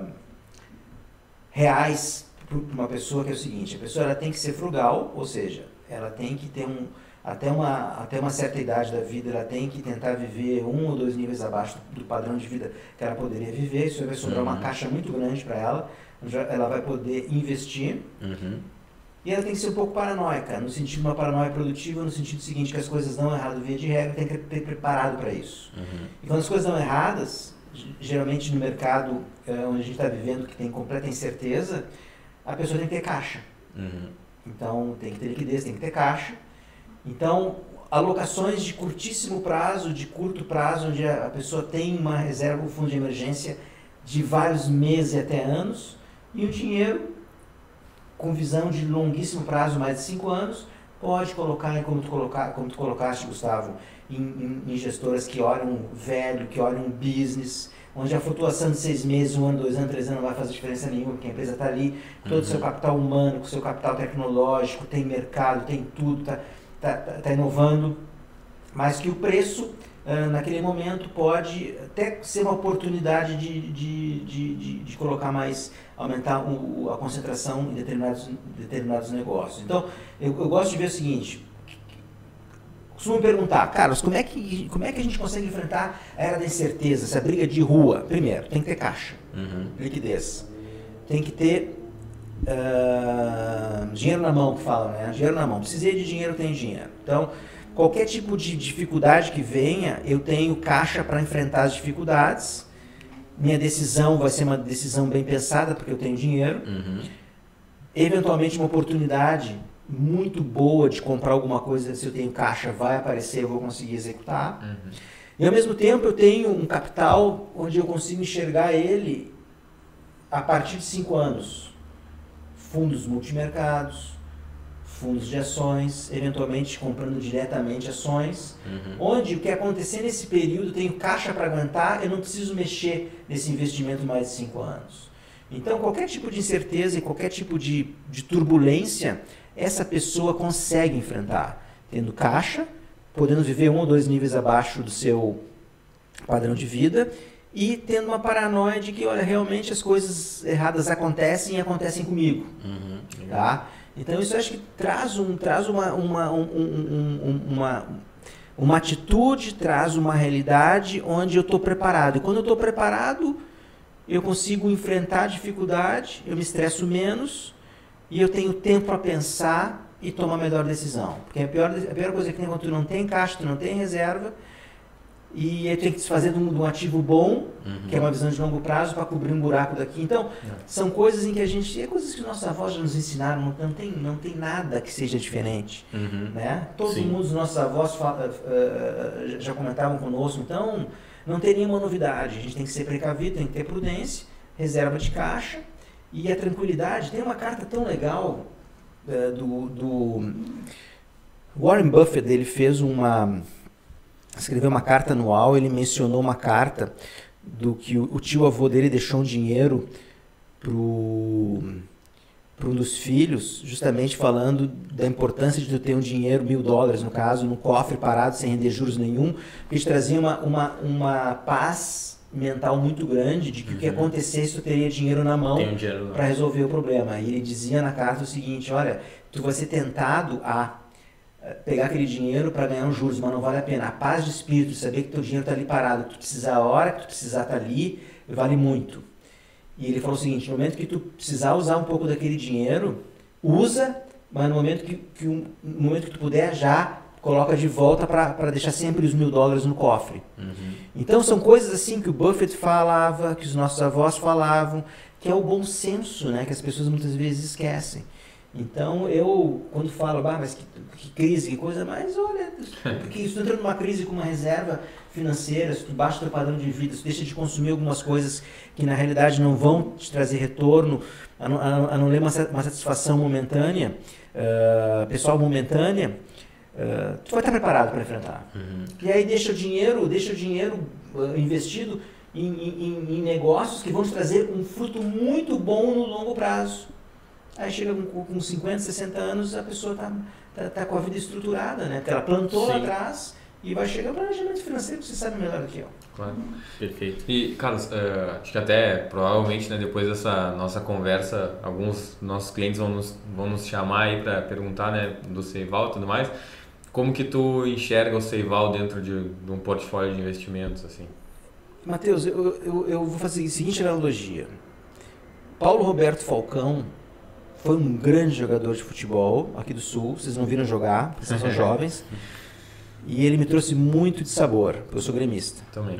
reais para uma pessoa, que é o seguinte: a pessoa ela tem que ser frugal, ou seja, ela tem que ter até uma certa idade da vida, ela tem que tentar viver 1 ou 2 níveis abaixo do padrão de vida que ela poderia viver. Isso vai sobrar uma caixa muito grande para ela, ela vai poder investir. E ela tem que ser um pouco paranoica, no sentido de uma paranoia produtiva, no sentido seguinte, que as coisas dão errado via de regra, tem que ter preparado para isso. E quando as coisas dão erradas, geralmente no mercado onde a gente está vivendo, que tem completa incerteza, a pessoa tem que ter caixa. Então, tem que ter liquidez, tem que ter caixa. Então, alocações de curtíssimo prazo, de curto prazo, onde a pessoa tem uma reserva, um fundo de emergência de vários meses e até anos, e o dinheiro com visão de longuíssimo prazo, mais de 5 anos, pode colocar, como tu colocaste, Gustavo, em gestoras que olham velho, que olham business, onde a flutuação de 6 meses, 1 ano, 2 anos, 3 anos não vai fazer diferença nenhuma, porque a empresa está ali, com todo o seu capital humano, com o seu capital tecnológico, tem mercado, tem tudo, está inovando, mas que o preço, naquele momento, pode até ser uma oportunidade de colocar mais, aumentar a concentração em determinados negócios. Então, eu gosto de ver o seguinte, costumo me perguntar, Carlos, como é que a gente consegue enfrentar a era da incerteza, essa briga de rua? Primeiro, tem que ter caixa, liquidez, tem que ter dinheiro na mão, que fala, né? Dinheiro na mão. Precisei de dinheiro, tenho dinheiro. Então, qualquer tipo de dificuldade que venha, eu tenho caixa para enfrentar as dificuldades. Minha decisão vai ser uma decisão bem pensada, porque eu tenho dinheiro. Eventualmente, uma oportunidade muito boa de comprar alguma coisa, se eu tenho caixa, vai aparecer, eu vou conseguir executar. E, ao mesmo tempo, eu tenho um capital onde eu consigo enxergar ele a partir de 5 anos. Fundos multimercados, fundos de ações, eventualmente comprando diretamente ações, onde o que acontecer nesse período, eu tenho caixa para aguentar, eu não preciso mexer nesse investimento mais de 5 anos. Então, qualquer tipo de incerteza e qualquer tipo de turbulência, essa pessoa consegue enfrentar, tendo caixa, podendo viver 1 ou 2 níveis abaixo do seu padrão de vida, e tendo uma paranoia de que, olha, realmente as coisas erradas acontecem e acontecem comigo. Tá? Então isso eu acho que traz uma atitude, traz uma realidade onde eu estou preparado. E quando eu estou preparado, eu consigo enfrentar a dificuldade, eu me estresso menos e eu tenho tempo para pensar e tomar a melhor decisão. Porque a pior coisa que tem quando tu não tem caixa, tu não tem reserva, e aí tem que se fazer de um ativo bom, que é uma visão de longo prazo, para cobrir um buraco daqui. Então, são coisas em que a gente... É coisas que nossos avós já nos ensinaram, não tem nada que seja diferente. Né? Todo mundo, os nossos avós já comentavam conosco, então não tem nenhuma novidade. A gente tem que ser precavido, tem que ter prudência, reserva de caixa e a tranquilidade. Tem uma carta tão legal do Warren Buffett, ele fez escreveu uma carta anual, ele mencionou uma carta do que o tio-avô dele deixou um dinheiro para um dos filhos, justamente falando da importância de tu ter um dinheiro, $1.000 no caso, no cofre parado, sem render juros nenhum, porque isso trazia uma paz mental muito grande de que o que acontecesse tu teria dinheiro na mão para resolver o problema. E ele dizia na carta o seguinte, olha, tu vai ser tentado a pegar aquele dinheiro para ganhar uns juros, mas não vale a pena. A paz de espírito, saber que teu dinheiro está ali parado, tu precisar a hora que tu precisar estar ali, vale muito. E ele falou o seguinte, no momento que tu precisar usar um pouco daquele dinheiro, usa, mas no momento no momento que tu puder, já coloca de volta para deixar sempre os $1.000 no cofre. Então são coisas assim que o Buffett falava, que os nossos avós falavam, que é o bom senso, né, que as pessoas muitas vezes esquecem. Então, eu, quando falo, mas que crise, que coisa, mas olha, porque se tu entra numa crise com uma reserva financeira, se tu baixa o teu padrão de vida, se tu deixa de consumir algumas coisas que na realidade não vão te trazer retorno, a não ler uma satisfação momentânea, pessoal momentânea, tu vai estar preparado para enfrentar. E aí deixa o dinheiro investido em negócios que vão te trazer um fruto muito bom no longo prazo. Aí chega com 50, 60 anos, a pessoa tá com a vida estruturada, né? Porque ela plantou lá atrás e vai chegar ao planejamento financeiro, que você sabe melhor do que eu. Claro, perfeito. E, Carlos, acho que até provavelmente, né, depois dessa nossa conversa, alguns nossos clientes vão nos chamar aí para perguntar, né, do Seival e tudo mais. Como que tu enxerga o Seival dentro de um portfólio de investimentos, assim? Matheus, eu vou fazer a seguinte analogia. Paulo Roberto Falcão foi um grande jogador de futebol aqui do Sul. Vocês não viram jogar, porque vocês são jovens. E ele me trouxe muito de sabor, porque eu sou gremista. Também.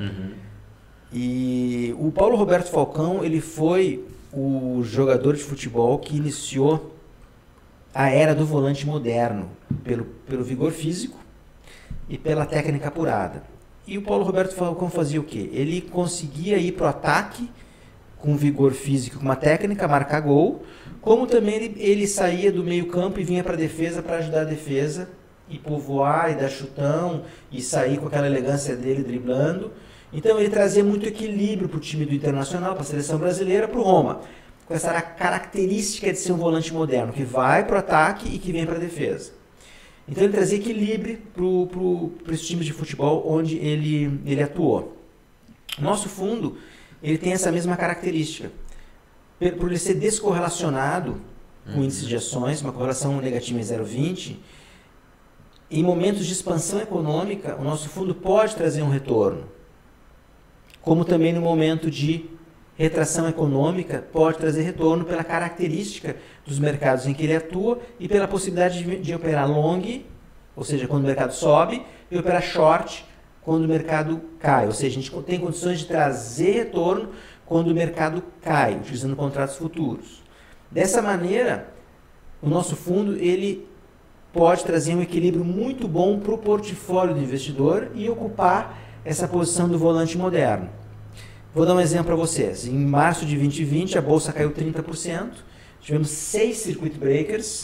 E o Paulo Roberto Falcão, ele foi o jogador de futebol que iniciou a era do volante moderno, pelo vigor físico e pela técnica apurada. E o Paulo Roberto Falcão fazia o quê? Ele conseguia ir para o ataque com vigor físico, com uma técnica, marcar gol, como também ele saía do meio campo e vinha para a defesa para ajudar a defesa e povoar e dar chutão e sair com aquela elegância dele driblando. Então ele trazia muito equilíbrio para o time do Internacional, para a seleção brasileira, para o Roma, com essa característica de ser um volante moderno, que vai para o ataque e que vem para a defesa. Então ele trazia equilíbrio para esses times de futebol onde ele atuou. O nosso fundo, ele tem essa mesma característica. Por ele ser descorrelacionado com o índice de ações, uma correlação negativa em 0,20, em momentos de expansão econômica, o nosso fundo pode trazer um retorno. Como também no momento de retração econômica, pode trazer retorno pela característica dos mercados em que ele atua e pela possibilidade de operar long, ou seja, quando o mercado sobe, e operar short, quando o mercado cai. Ou seja, a gente tem condições de trazer retorno quando o mercado cai, utilizando contratos futuros. Dessa maneira, o nosso fundo ele pode trazer um equilíbrio muito bom para o portfólio do investidor e ocupar essa posição do volante moderno. Vou dar um exemplo para vocês. Em março de 2020, a bolsa caiu 30%. Tivemos 6 circuit breakers,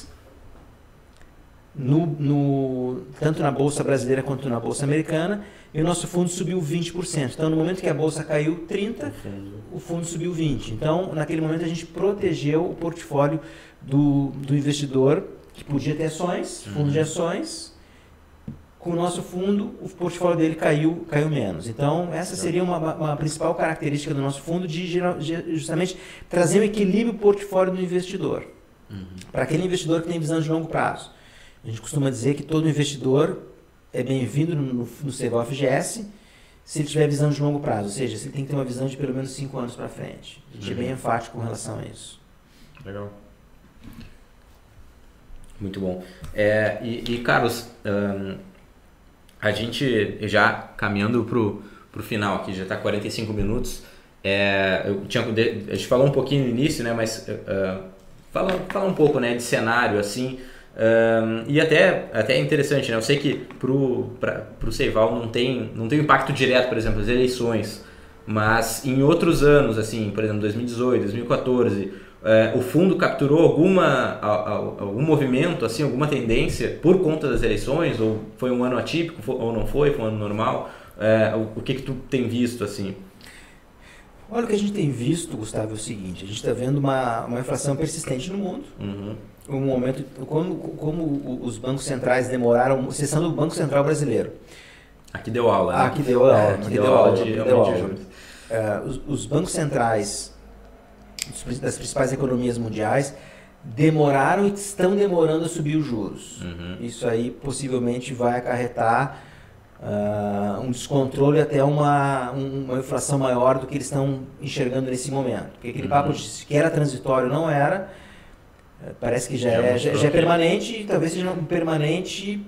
tanto na bolsa brasileira quanto na bolsa americana, e o nosso fundo subiu 20%. Então, no momento que a bolsa caiu 30%, o fundo subiu 20%. Então, naquele momento, a gente protegeu o portfólio do investidor, que podia ter ações, fundo de ações. Com o nosso fundo, o portfólio dele caiu menos. Então, essa seria uma principal característica do nosso fundo, de justamente trazer um equilíbrio no portfólio do investidor. Para aquele investidor que tem visão de longo prazo. A gente costuma dizer que todo investidor é bem-vindo no CVOFGS se ele tiver visão de longo prazo, ou seja, se ele tem que ter uma visão de pelo menos 5 anos para frente. A gente é bem enfático com relação a isso. Legal. Muito bom. Carlos, a gente já caminhando pro final aqui, já está 45 minutos. A gente falou um pouquinho no início, né? Mas fala um pouco, né, de cenário assim. E até é interessante, né? Eu sei que pro Seival não tem impacto direto, por exemplo, as eleições, mas em outros anos, assim, por exemplo, 2018, 2014, o fundo capturou algum movimento, assim, alguma tendência por conta das eleições, ou foi um ano atípico, ou não foi um ano normal? O que tu tem visto, assim? Olha, o que a gente tem visto, Gustavo, é o seguinte: a gente está vendo uma inflação persistente no mundo. Um momento, como os bancos centrais demoraram, exceção do Banco Central Brasileiro. Aqui deu aula, né? Aqui deu aula. Os bancos centrais das principais economias mundiais demoraram e estão demorando a subir os juros. Isso aí possivelmente vai acarretar um descontrole, até uma inflação maior do que eles estão enxergando nesse momento. Porque aquele papo de que era transitório não era, parece que já é permanente, e talvez seja uma permanente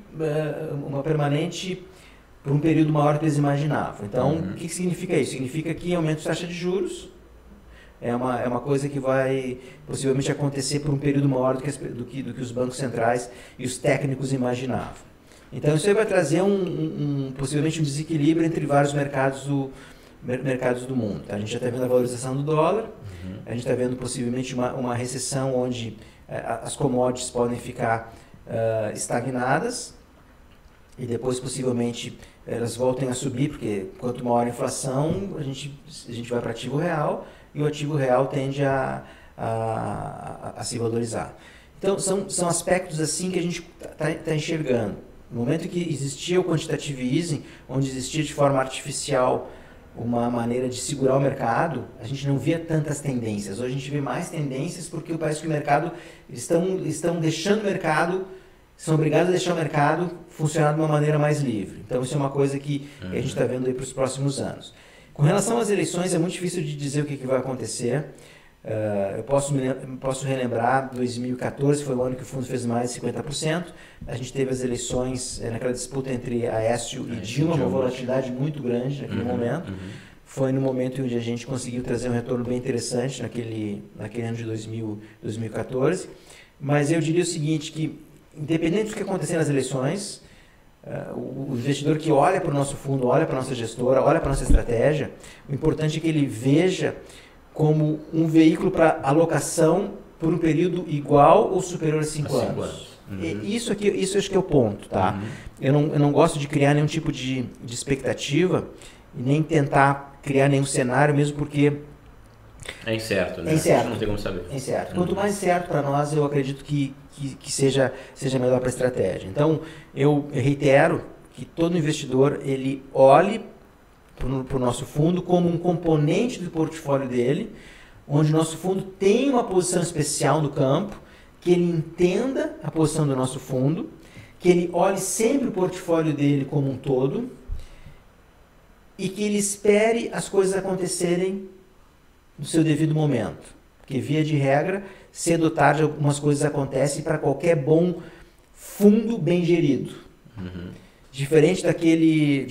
por um período maior do que eles imaginavam. Então, o que significa isso? Significa que aumento de taxa de juros é uma coisa que vai possivelmente acontecer por um período maior do que os bancos centrais e os técnicos imaginavam. Então isso aí vai trazer possivelmente um desequilíbrio entre vários mercados do mundo. A gente já está vendo a valorização do dólar, a gente está vendo possivelmente uma recessão onde as commodities podem ficar estagnadas e depois possivelmente elas voltem a subir, porque quanto maior a inflação, a gente vai para ativo real, e o ativo real tende a se valorizar. Então, são aspectos assim que a gente está enxergando. No momento que existia o quantitative easing, onde existia de forma artificial uma maneira de segurar o mercado, a gente não via tantas tendências. Hoje a gente vê mais tendências porque parece que o mercado, estão deixando o mercado, são obrigados a deixar o mercado funcionar de uma maneira mais livre. Então, isso é uma coisa que a gente está vendo aí para os próximos anos. Com relação às eleições, é muito difícil de dizer o que vai acontecer. Eu posso relembrar, 2014 foi o ano que o fundo fez mais de 50%. A gente teve as eleições naquela disputa entre Aécio e Dilma, uma volatilidade muito grande naquele momento. Foi no momento onde a gente conseguiu trazer um retorno bem interessante naquele ano de 2014. Mas eu diria o seguinte, que independente do que acontecer nas eleições, o investidor que olha para o nosso fundo, olha para a nossa gestora, olha para a nossa estratégia, o importante é que ele veja como um veículo para alocação por um período igual ou superior a 5 anos. Isso acho que é o ponto, tá? Eu não gosto de criar nenhum tipo de expectativa e nem tentar criar nenhum cenário, mesmo porque é incerto, né? É incerto. Não tem como saber. É incerto. Quanto mais certo para nós, eu acredito que seja melhor para a estratégia. Então, eu reitero que todo investidor ele olhe para o nosso fundo como um componente do portfólio dele, onde o nosso fundo tem uma posição especial no campo, que ele entenda a posição do nosso fundo, que ele olhe sempre o portfólio dele como um todo e que ele espere as coisas acontecerem no seu devido momento. Porque, via de regra, cedo ou tarde algumas coisas acontecem para qualquer bom fundo bem gerido. Diferente daquele,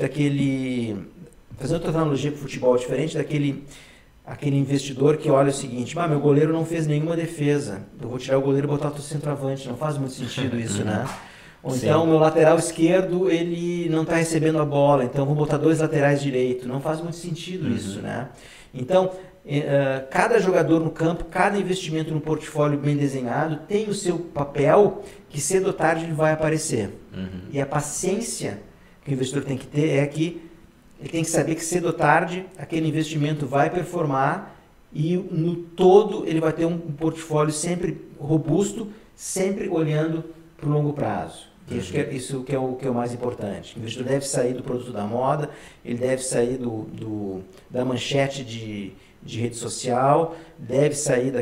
fazendo outra analogia para o futebol, diferente daquele investidor que olha o seguinte, meu goleiro não fez nenhuma defesa, eu vou tirar o goleiro e botar o centroavante, não faz muito sentido isso, né? Ou então, meu lateral esquerdo, ele não está recebendo a bola, então vou botar 2 laterais direito, não faz muito sentido isso, né? Então, cada jogador no campo, cada investimento no portfólio bem desenhado tem o seu papel que cedo ou tarde ele vai aparecer. E a paciência que o investidor tem que ter é que ele tem que saber que cedo ou tarde aquele investimento vai performar e no todo ele vai ter um portfólio sempre robusto, sempre olhando para o longo prazo. Isso que é o mais importante. O investidor deve sair do produto da moda, ele deve sair da manchete de rede social, deve sair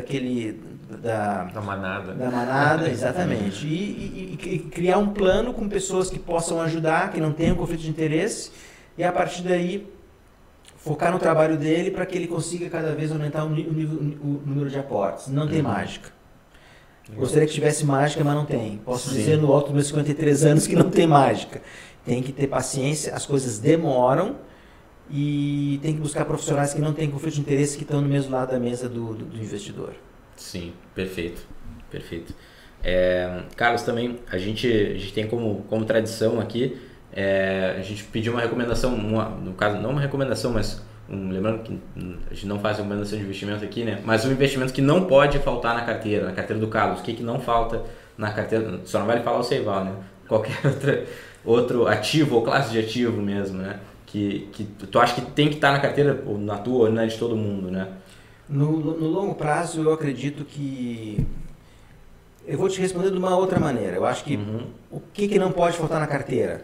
da manada, exatamente. E criar um plano com pessoas que possam ajudar, que não tenham conflito de interesse, e a partir daí focar no trabalho dele para que ele consiga cada vez aumentar o número de aportes. Não tem mágica. Gostaria que tivesse mágica, mas não tem. Posso dizer no alto dos meus 53 anos que não tem mágica. Tem que ter paciência, as coisas demoram e tem que buscar profissionais que não têm conflito de interesse, que estão no mesmo lado da mesa do investidor. Sim, perfeito. Carlos, também a gente tem como tradição aqui, a gente pediu uma recomendação, no caso não uma recomendação, mas lembrando que a gente não faz recomendação de investimento aqui, né? Mas um investimento que não pode faltar na carteira do Carlos. O que não falta na carteira? Só não vale falar o Seival, né? Qualquer outro ativo ou classe de ativo mesmo, né? Que tu acha que tem que estar na carteira, ou na tua, ou na de todo mundo, né? No longo prazo, eu acredito que... Eu vou te responder de uma outra maneira. Eu acho que o que não pode faltar na carteira?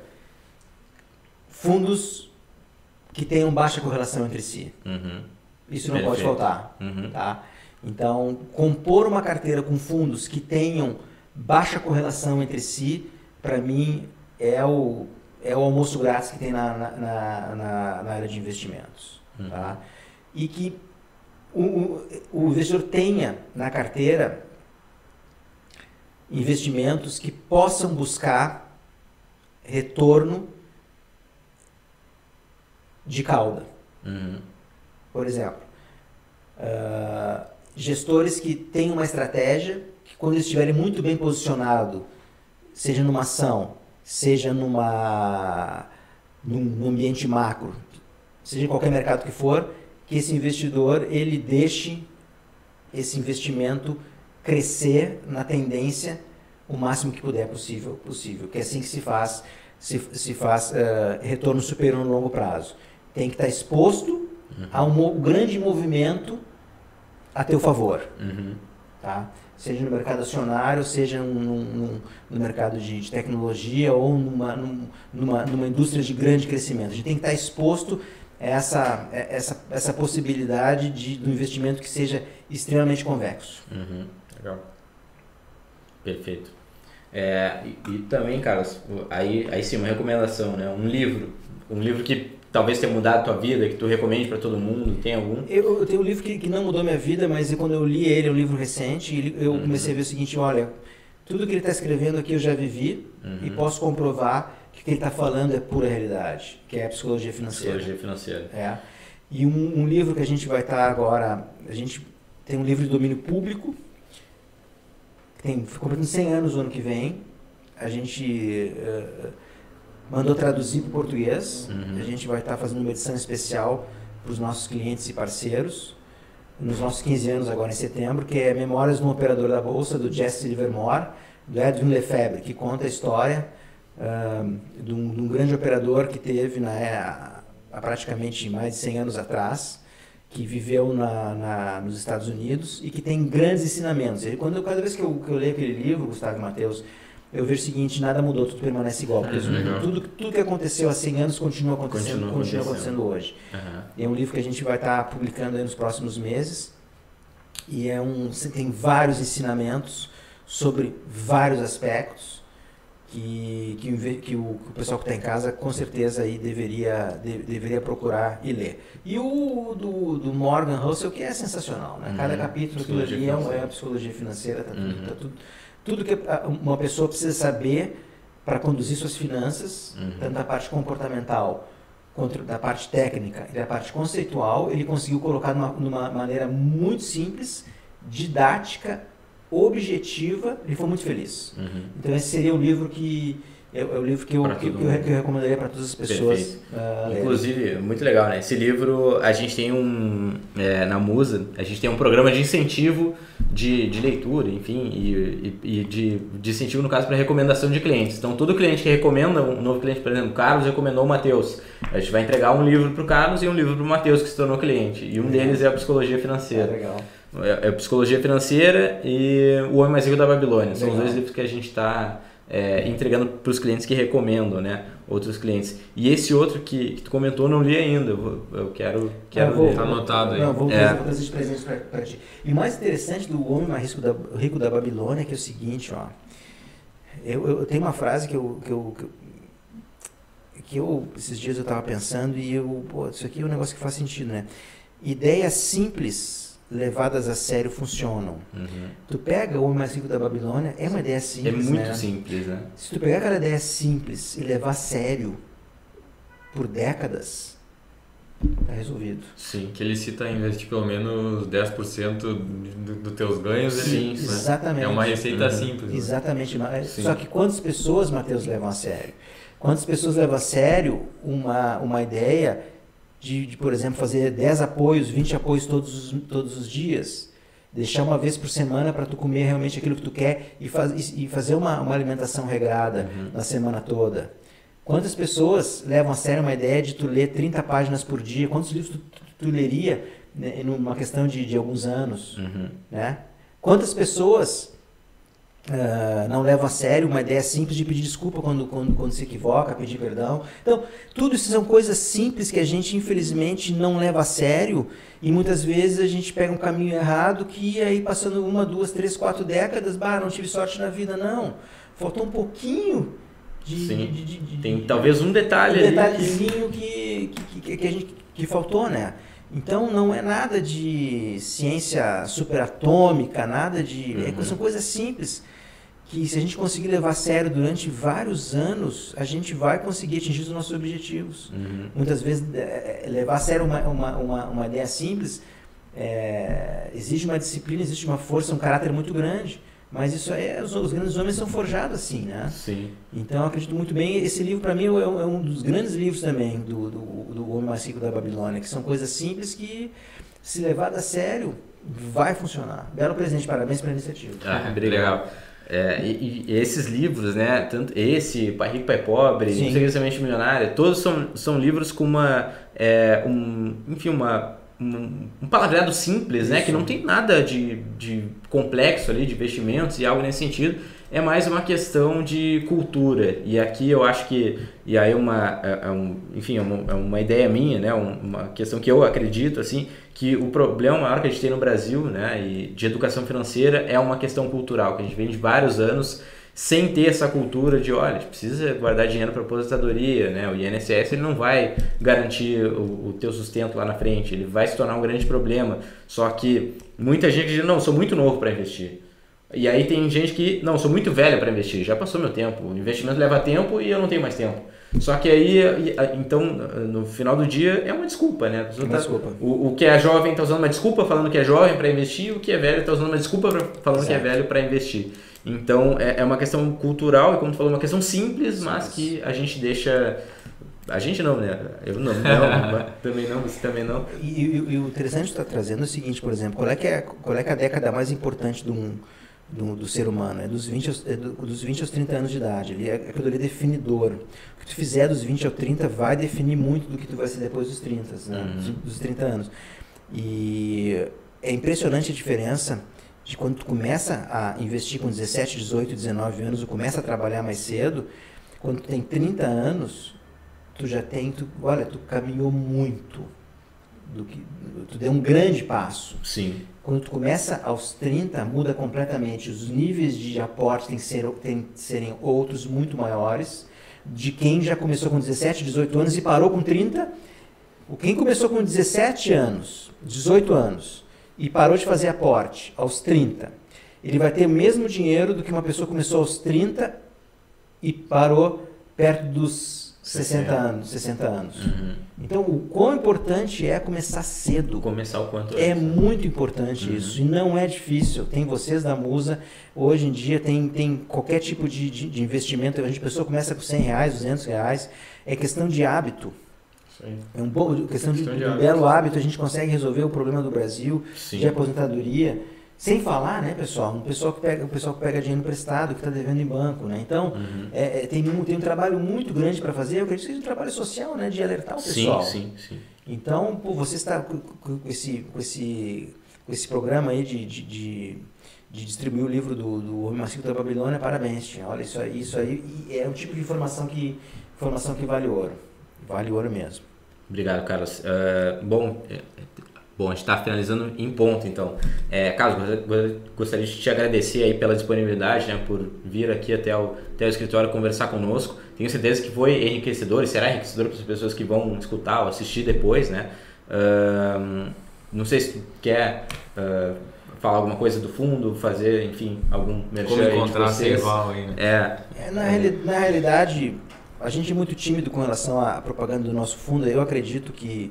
Fundos que tenham baixa correlação entre si. Isso não pode faltar. Tá? Então, compor uma carteira com fundos que tenham baixa correlação entre si, para mim, é o almoço grátis que tem na área de investimentos. Tá? E que o investidor tenha na carteira investimentos que possam buscar retorno de cauda. Por exemplo, gestores que têm uma estratégia que, quando eles estiverem muito bem posicionados, seja numa ação, seja num ambiente macro, seja em qualquer mercado que for, que esse investidor ele deixe esse investimento crescer na tendência o máximo que puder possível, que é assim que se faz retorno superior no longo prazo. Tem que estar exposto a um grande movimento a teu favor. Tá? Seja no mercado acionário, seja no mercado de tecnologia ou numa indústria de grande crescimento. A gente tem que estar exposto a essa possibilidade do investimento que seja extremamente convexo. Legal. Perfeito. E também, Carlos, aí sim, uma recomendação, né? Um livro. um livro que talvez tenha mudado a tua vida, que tu recomende para todo mundo? Tem algum? Eu tenho um livro que não mudou minha vida, mas quando eu li ele, é um livro recente, eu comecei a ver o seguinte, olha, tudo que ele está escrevendo aqui eu já vivi e posso comprovar que o que ele está falando é pura realidade, que é a psicologia financeira. Psicologia financeira. É. E um livro que a gente vai estar agora, a gente tem um livro de domínio público, que ficou completando 100 anos o ano que vem, a gente mandou traduzir para o português, a gente vai estar fazendo uma edição especial para os nossos clientes e parceiros, nos nossos 15 anos agora em setembro, que é Memórias de um Operador da Bolsa, do Jesse Livermore, do Edwin Lefebvre, que conta a história de um grande operador que teve há praticamente mais de 100 anos atrás, que viveu nos Estados Unidos e que tem grandes ensinamentos. Cada vez que eu leio aquele livro, Gustavo e Matheus, eu vejo o seguinte, nada mudou, tudo permanece igual. Porque tudo que aconteceu há 100 anos continua acontecendo hoje. E é um livro que a gente vai estar publicando aí nos próximos meses. E tem vários ensinamentos sobre vários aspectos que o pessoal que está em casa com certeza aí deveria procurar e ler. E o do Morgan Housel, que é sensacional, né? Cada capítulo ali é a psicologia financeira, tudo que uma pessoa precisa saber para conduzir suas finanças, tanto da parte comportamental quanto da parte técnica e da parte conceitual, ele conseguiu colocar numa maneira muito simples, didática, objetiva, ele foi muito feliz. Então esse seria o livro que eu recomendaria para todas as pessoas. Inclusive, muito legal, né? Esse livro, a gente tem na Musa, a gente tem um programa de incentivo de leitura, enfim, e de incentivo, no caso, para recomendação de clientes. Então, todo cliente que recomenda, um novo cliente, por exemplo, o Carlos recomendou o Matheus. A gente vai entregar um livro para o Carlos e um livro para o Matheus, que se tornou cliente. E um deles é a Psicologia Financeira. Legal. É a Psicologia Financeira e O Homem Mais Rico da Babilônia. São os dois livros que a gente está entregando para os clientes que recomendam, né? Outros clientes. E esse outro que tu comentou, não li ainda. Eu quero ler. Tá anotado aí. Vou trazer de presentes para ti. E o mais interessante do Homem Mais Rico da Babilônia é que é o seguinte, ó. Eu tenho uma frase que esses dias eu estava pensando e isso aqui é um negócio que faz sentido, né? Ideias simples levadas a sério funcionam. Tu pega o Homem Mais Rico da Babilônia, é uma ideia simples, é muito simples, né? Se tu pegar aquela ideia simples e levar a sério por décadas, tá resolvido. Sim, que ele cita investir pelo menos 10% dos teus ganhos. Sim, né? Exatamente. É uma receita simples. Né? Exatamente. Só que quantas pessoas, Matheus, levam a sério? Quantas pessoas levam a sério uma ideia de, por exemplo, fazer 10 apoios, 20 apoios todos os dias, deixar uma vez por semana para tu comer realmente aquilo que tu quer e fazer uma alimentação regrada na semana toda. Quantas pessoas levam a sério uma ideia de tu ler 30 páginas por dia? Quantos livros tu leria, né, numa questão de alguns anos? Né? Quantas pessoas não levam a sério uma ideia simples de pedir desculpa quando se equivoca, pedir perdão? Então, tudo isso são coisas simples que a gente, infelizmente, não leva a sério e muitas vezes a gente pega um caminho errado que aí passando 1, 2, 3, 4 décadas, não tive sorte na vida, não. Faltou um pouquinho tem talvez um detalhe ali. Um detalhezinho que faltou, né? Então, não é nada de ciência superatômica, nada de... São coisas simples que, se a gente conseguir levar a sério durante vários anos, a gente vai conseguir atingir os nossos objetivos. Muitas vezes, levar a sério uma ideia simples exige uma disciplina, exige uma força, um caráter muito grande. Mas isso aí, os grandes homens são forjados assim, né? Sim. Então, eu acredito muito bem. Esse livro, para mim, é um dos grandes livros também do Homem Mais Rico da Babilônia, que são coisas simples que, se levado a sério, vai funcionar. Belo presente, parabéns pela iniciativa. Legal. E esses livros, né? Tanto esse, Pai Rico, Pai Pobre, Segredamente Milionário, todos são livros com um palavreado simples, né? Que não tem nada de complexo ali, de investimentos e algo nesse sentido. É mais uma questão de cultura. E aqui eu acho que, e aí é uma ideia minha, né? Uma questão que eu acredito, assim, que o problema maior que a gente tem no Brasil, né? E de educação financeira é uma questão cultural, que a gente vem de vários anos sem ter essa cultura de, olha, a gente precisa guardar dinheiro para aposentadoria, né? O INSS ele não vai garantir o teu sustento lá na frente, ele vai se tornar um grande problema. Só que muita gente diz, não, sou muito novo para investir. E aí tem gente que, não, sou muito velho para investir, já passou meu tempo, o investimento leva tempo e eu não tenho mais tempo. Só que aí, então, no final do dia, é uma desculpa, né? Desculpa. O que é jovem está usando uma desculpa falando que é jovem para investir, o que é velho está usando uma desculpa falando Exato. Que é velho para investir. Então, é uma questão cultural e, como tu falou, uma questão simples, mas que a gente deixa... A gente não, né? Eu não também não, você também não. E o interessante que tu está trazendo é o seguinte, por exemplo, qual é que é a década mais importante do ser humano? É dos 20 aos 30 anos de idade. Ele é aquilo ali definidor. O que tu fizer dos 20 aos 30 vai definir muito do que tu vai ser depois dos 30, né? Dos 30 anos. E é impressionante a diferença de quando tu começa a investir com 17, 18, 19 anos, ou começa a trabalhar mais cedo, quando tu tem 30 anos, tu caminhou muito. Tu deu um grande passo. Sim. Quando tu começa aos 30, muda completamente. Os níveis de aporte têm que serem outros muito maiores. De quem já começou com 17, 18 anos e parou com 30. Quem começou com 17 anos, 18 anos e parou de fazer aporte aos 30, ele vai ter o mesmo dinheiro do que uma pessoa que começou aos 30 e parou perto dos 60 anos, 60 anos. Então, o quão importante é começar cedo. Começar o quanto é muito importante isso. E não é difícil. Tem vocês da Musa, hoje em dia tem qualquer tipo de investimento. A pessoa começa com R$100, R$200. É questão de hábito. É questão de um belo hábito. A gente consegue resolver o problema do Brasil de aposentadoria. Sem falar, né, pessoal, o pessoal que pega dinheiro emprestado, que está devendo em banco, né? Então, tem um trabalho muito grande para fazer. Eu acredito que é um trabalho social, né, de alertar o pessoal. Sim. Então, você está com esse programa aí de distribuir o livro do Homem Macio da Babilônia, parabéns, tia. Olha, isso aí é um tipo de informação que vale ouro. Vale ouro mesmo. Obrigado, Carlos. Bom, a gente está finalizando em ponto, então. Carlos, gostaria de te agradecer aí pela disponibilidade, né, por vir aqui até o escritório conversar conosco. Tenho certeza que foi enriquecedor e será enriquecedor para as pessoas que vão escutar ou assistir depois, né? Não sei se tu quer falar alguma coisa do fundo, fazer, enfim, algum merchan. Como encontrar ser igual aí, né? Na realidade, a gente é muito tímido com relação à propaganda do nosso fundo. Eu acredito que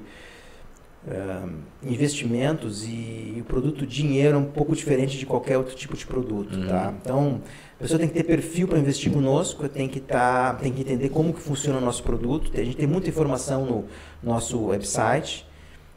investimentos e o produto dinheiro é um pouco diferente de qualquer outro tipo de produto, tá? Então, a pessoa tem que ter perfil para investir conosco, tem que entender como que funciona o nosso produto. A gente tem muita informação no nosso website.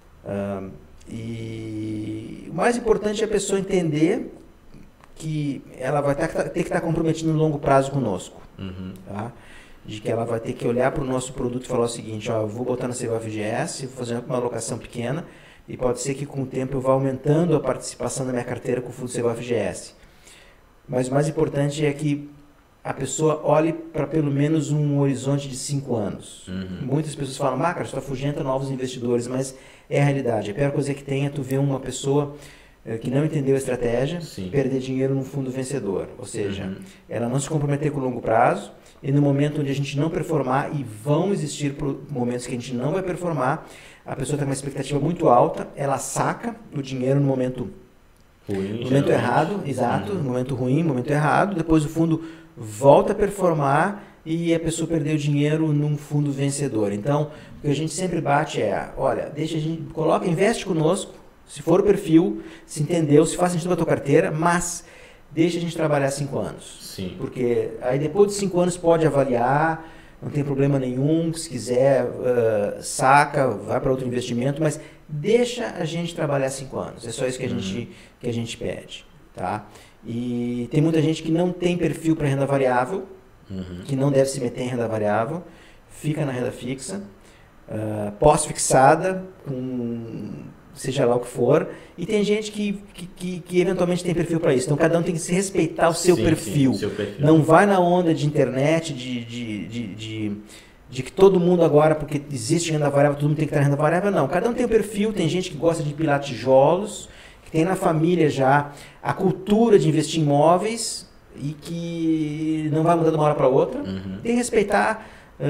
E o mais importante é a pessoa entender que ela vai ter que estar comprometida no longo prazo conosco, tá? De que ela vai ter que olhar para o nosso produto e falar o seguinte, eu vou botar na CVFGS, vou fazer uma alocação pequena e pode ser que com o tempo eu vá aumentando a participação da minha carteira com o fundo CVFGS. Mas o mais importante é que a pessoa olhe para pelo menos um horizonte de 5 anos. Muitas pessoas falam, cara, você está afugenta novos investidores, mas é a realidade. A pior coisa que tem é tu ver uma pessoa que não entendeu a estratégia, perder dinheiro num fundo vencedor. Ou seja, ela não se comprometer com o longo prazo, e no momento onde a gente não performar, e vão existir momentos que a gente não vai performar, a pessoa tem uma expectativa muito alta, ela saca o dinheiro no momento ruim, no momento errado, exato, no momento ruim, no momento errado, depois o fundo volta a performar e a pessoa perdeu dinheiro num fundo vencedor. Então, o que a gente sempre bate é, olha, investe conosco, se for o perfil, se entendeu, se faz sentido para a tua carteira, mas deixa a gente trabalhar 5 anos. Porque aí depois de 5 anos pode avaliar, não tem problema nenhum, se quiser saca, vai para outro investimento, mas deixa a gente trabalhar 5 anos. É só isso que a gente pede, tá? E tem muita gente que não tem perfil para renda variável, que não deve se meter em renda variável, fica na renda fixa, pós-fixada, seja lá o que for, e tem gente que eventualmente tem perfil para isso. Então, cada um tem que se respeitar o seu perfil. Seu perfil. Não vai na onda de internet, de que todo mundo agora, porque existe renda variável, todo mundo tem que estar na renda variável. Não, cada um tem um perfil. Tem gente que gosta de empilar tijolos, que tem na família já a cultura de investir em imóveis, e que não vai mudando de uma hora para outra. Tem que respeitar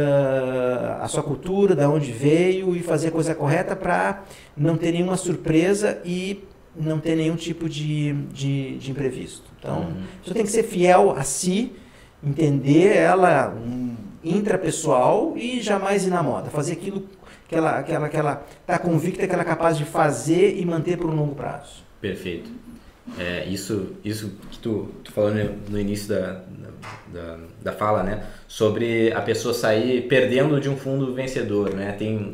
a sua cultura, de onde veio e fazer a coisa correta para não ter nenhuma surpresa e não ter nenhum tipo de imprevisto. Então, você tem que ser fiel a si, entender ela intrapessoal e jamais ir na moda. Fazer aquilo que ela está convicta que ela é capaz de fazer e manter por um longo prazo. Perfeito. Isso que tu falou no início da fala, né? Sobre a pessoa sair perdendo de um fundo vencedor, né?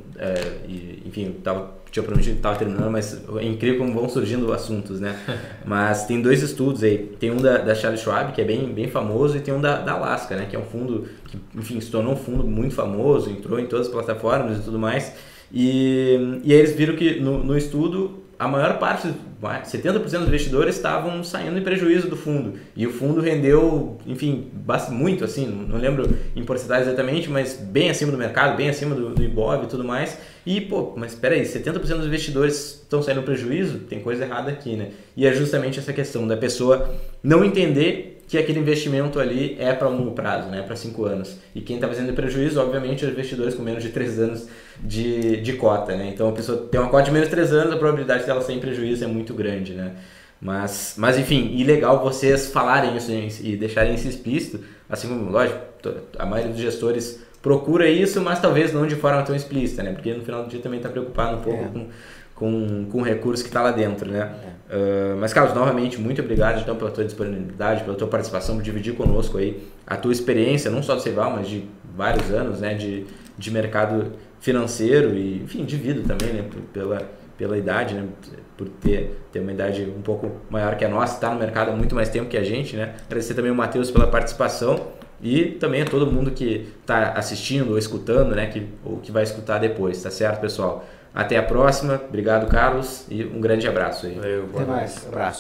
Enfim, tinha prometido que estava terminando, mas é incrível como vão surgindo assuntos, né? Mas tem 2 estudos aí. Tem um da Charles Schwab, que é bem famoso, e tem um da Alaska, né? Que é um fundo que, enfim, se tornou um fundo muito famoso, entrou em todas as plataformas e tudo mais. E aí eles viram que no estudo a maior parte, 70% dos investidores estavam saindo em prejuízo do fundo. E o fundo rendeu, enfim, muito, assim, não lembro em porcentagem exatamente, mas bem acima do mercado, bem acima do Ibov e tudo mais. E, mas espera aí, 70% dos investidores estão saindo em prejuízo? Tem coisa errada aqui, né? E é justamente essa questão da pessoa não entender que aquele investimento ali é para longo prazo, né? Para 5 anos. E quem está fazendo prejuízo, obviamente, os investidores com menos de 3 anos de cota, né? Então a pessoa tem uma cota de menos de 3 anos, a probabilidade dela sair em prejuízo é muito grande, né? Mas enfim, e legal vocês falarem isso e deixarem isso explícito, assim como, lógico, a maioria dos gestores procura isso, mas talvez não de forma tão explícita, né? Porque no final do dia também está preocupado um pouco com o recurso que está lá dentro, né? Mas, Carlos, novamente, muito obrigado então pela tua disponibilidade, pela tua participação, por dividir conosco aí a tua experiência, não só do Seival, mas de vários anos, né? De mercado financeiro e, enfim, de vida também, né? Pela idade, né? Por ter uma idade um pouco maior que a nossa, está no mercado há muito mais tempo que a gente, né? Agradecer também ao Matheus pela participação e também a todo mundo que está assistindo ou escutando, né? Ou que vai escutar depois, tá certo, pessoal? Até a próxima. Obrigado, Carlos, e um grande abraço aí. Até mais. Abraço.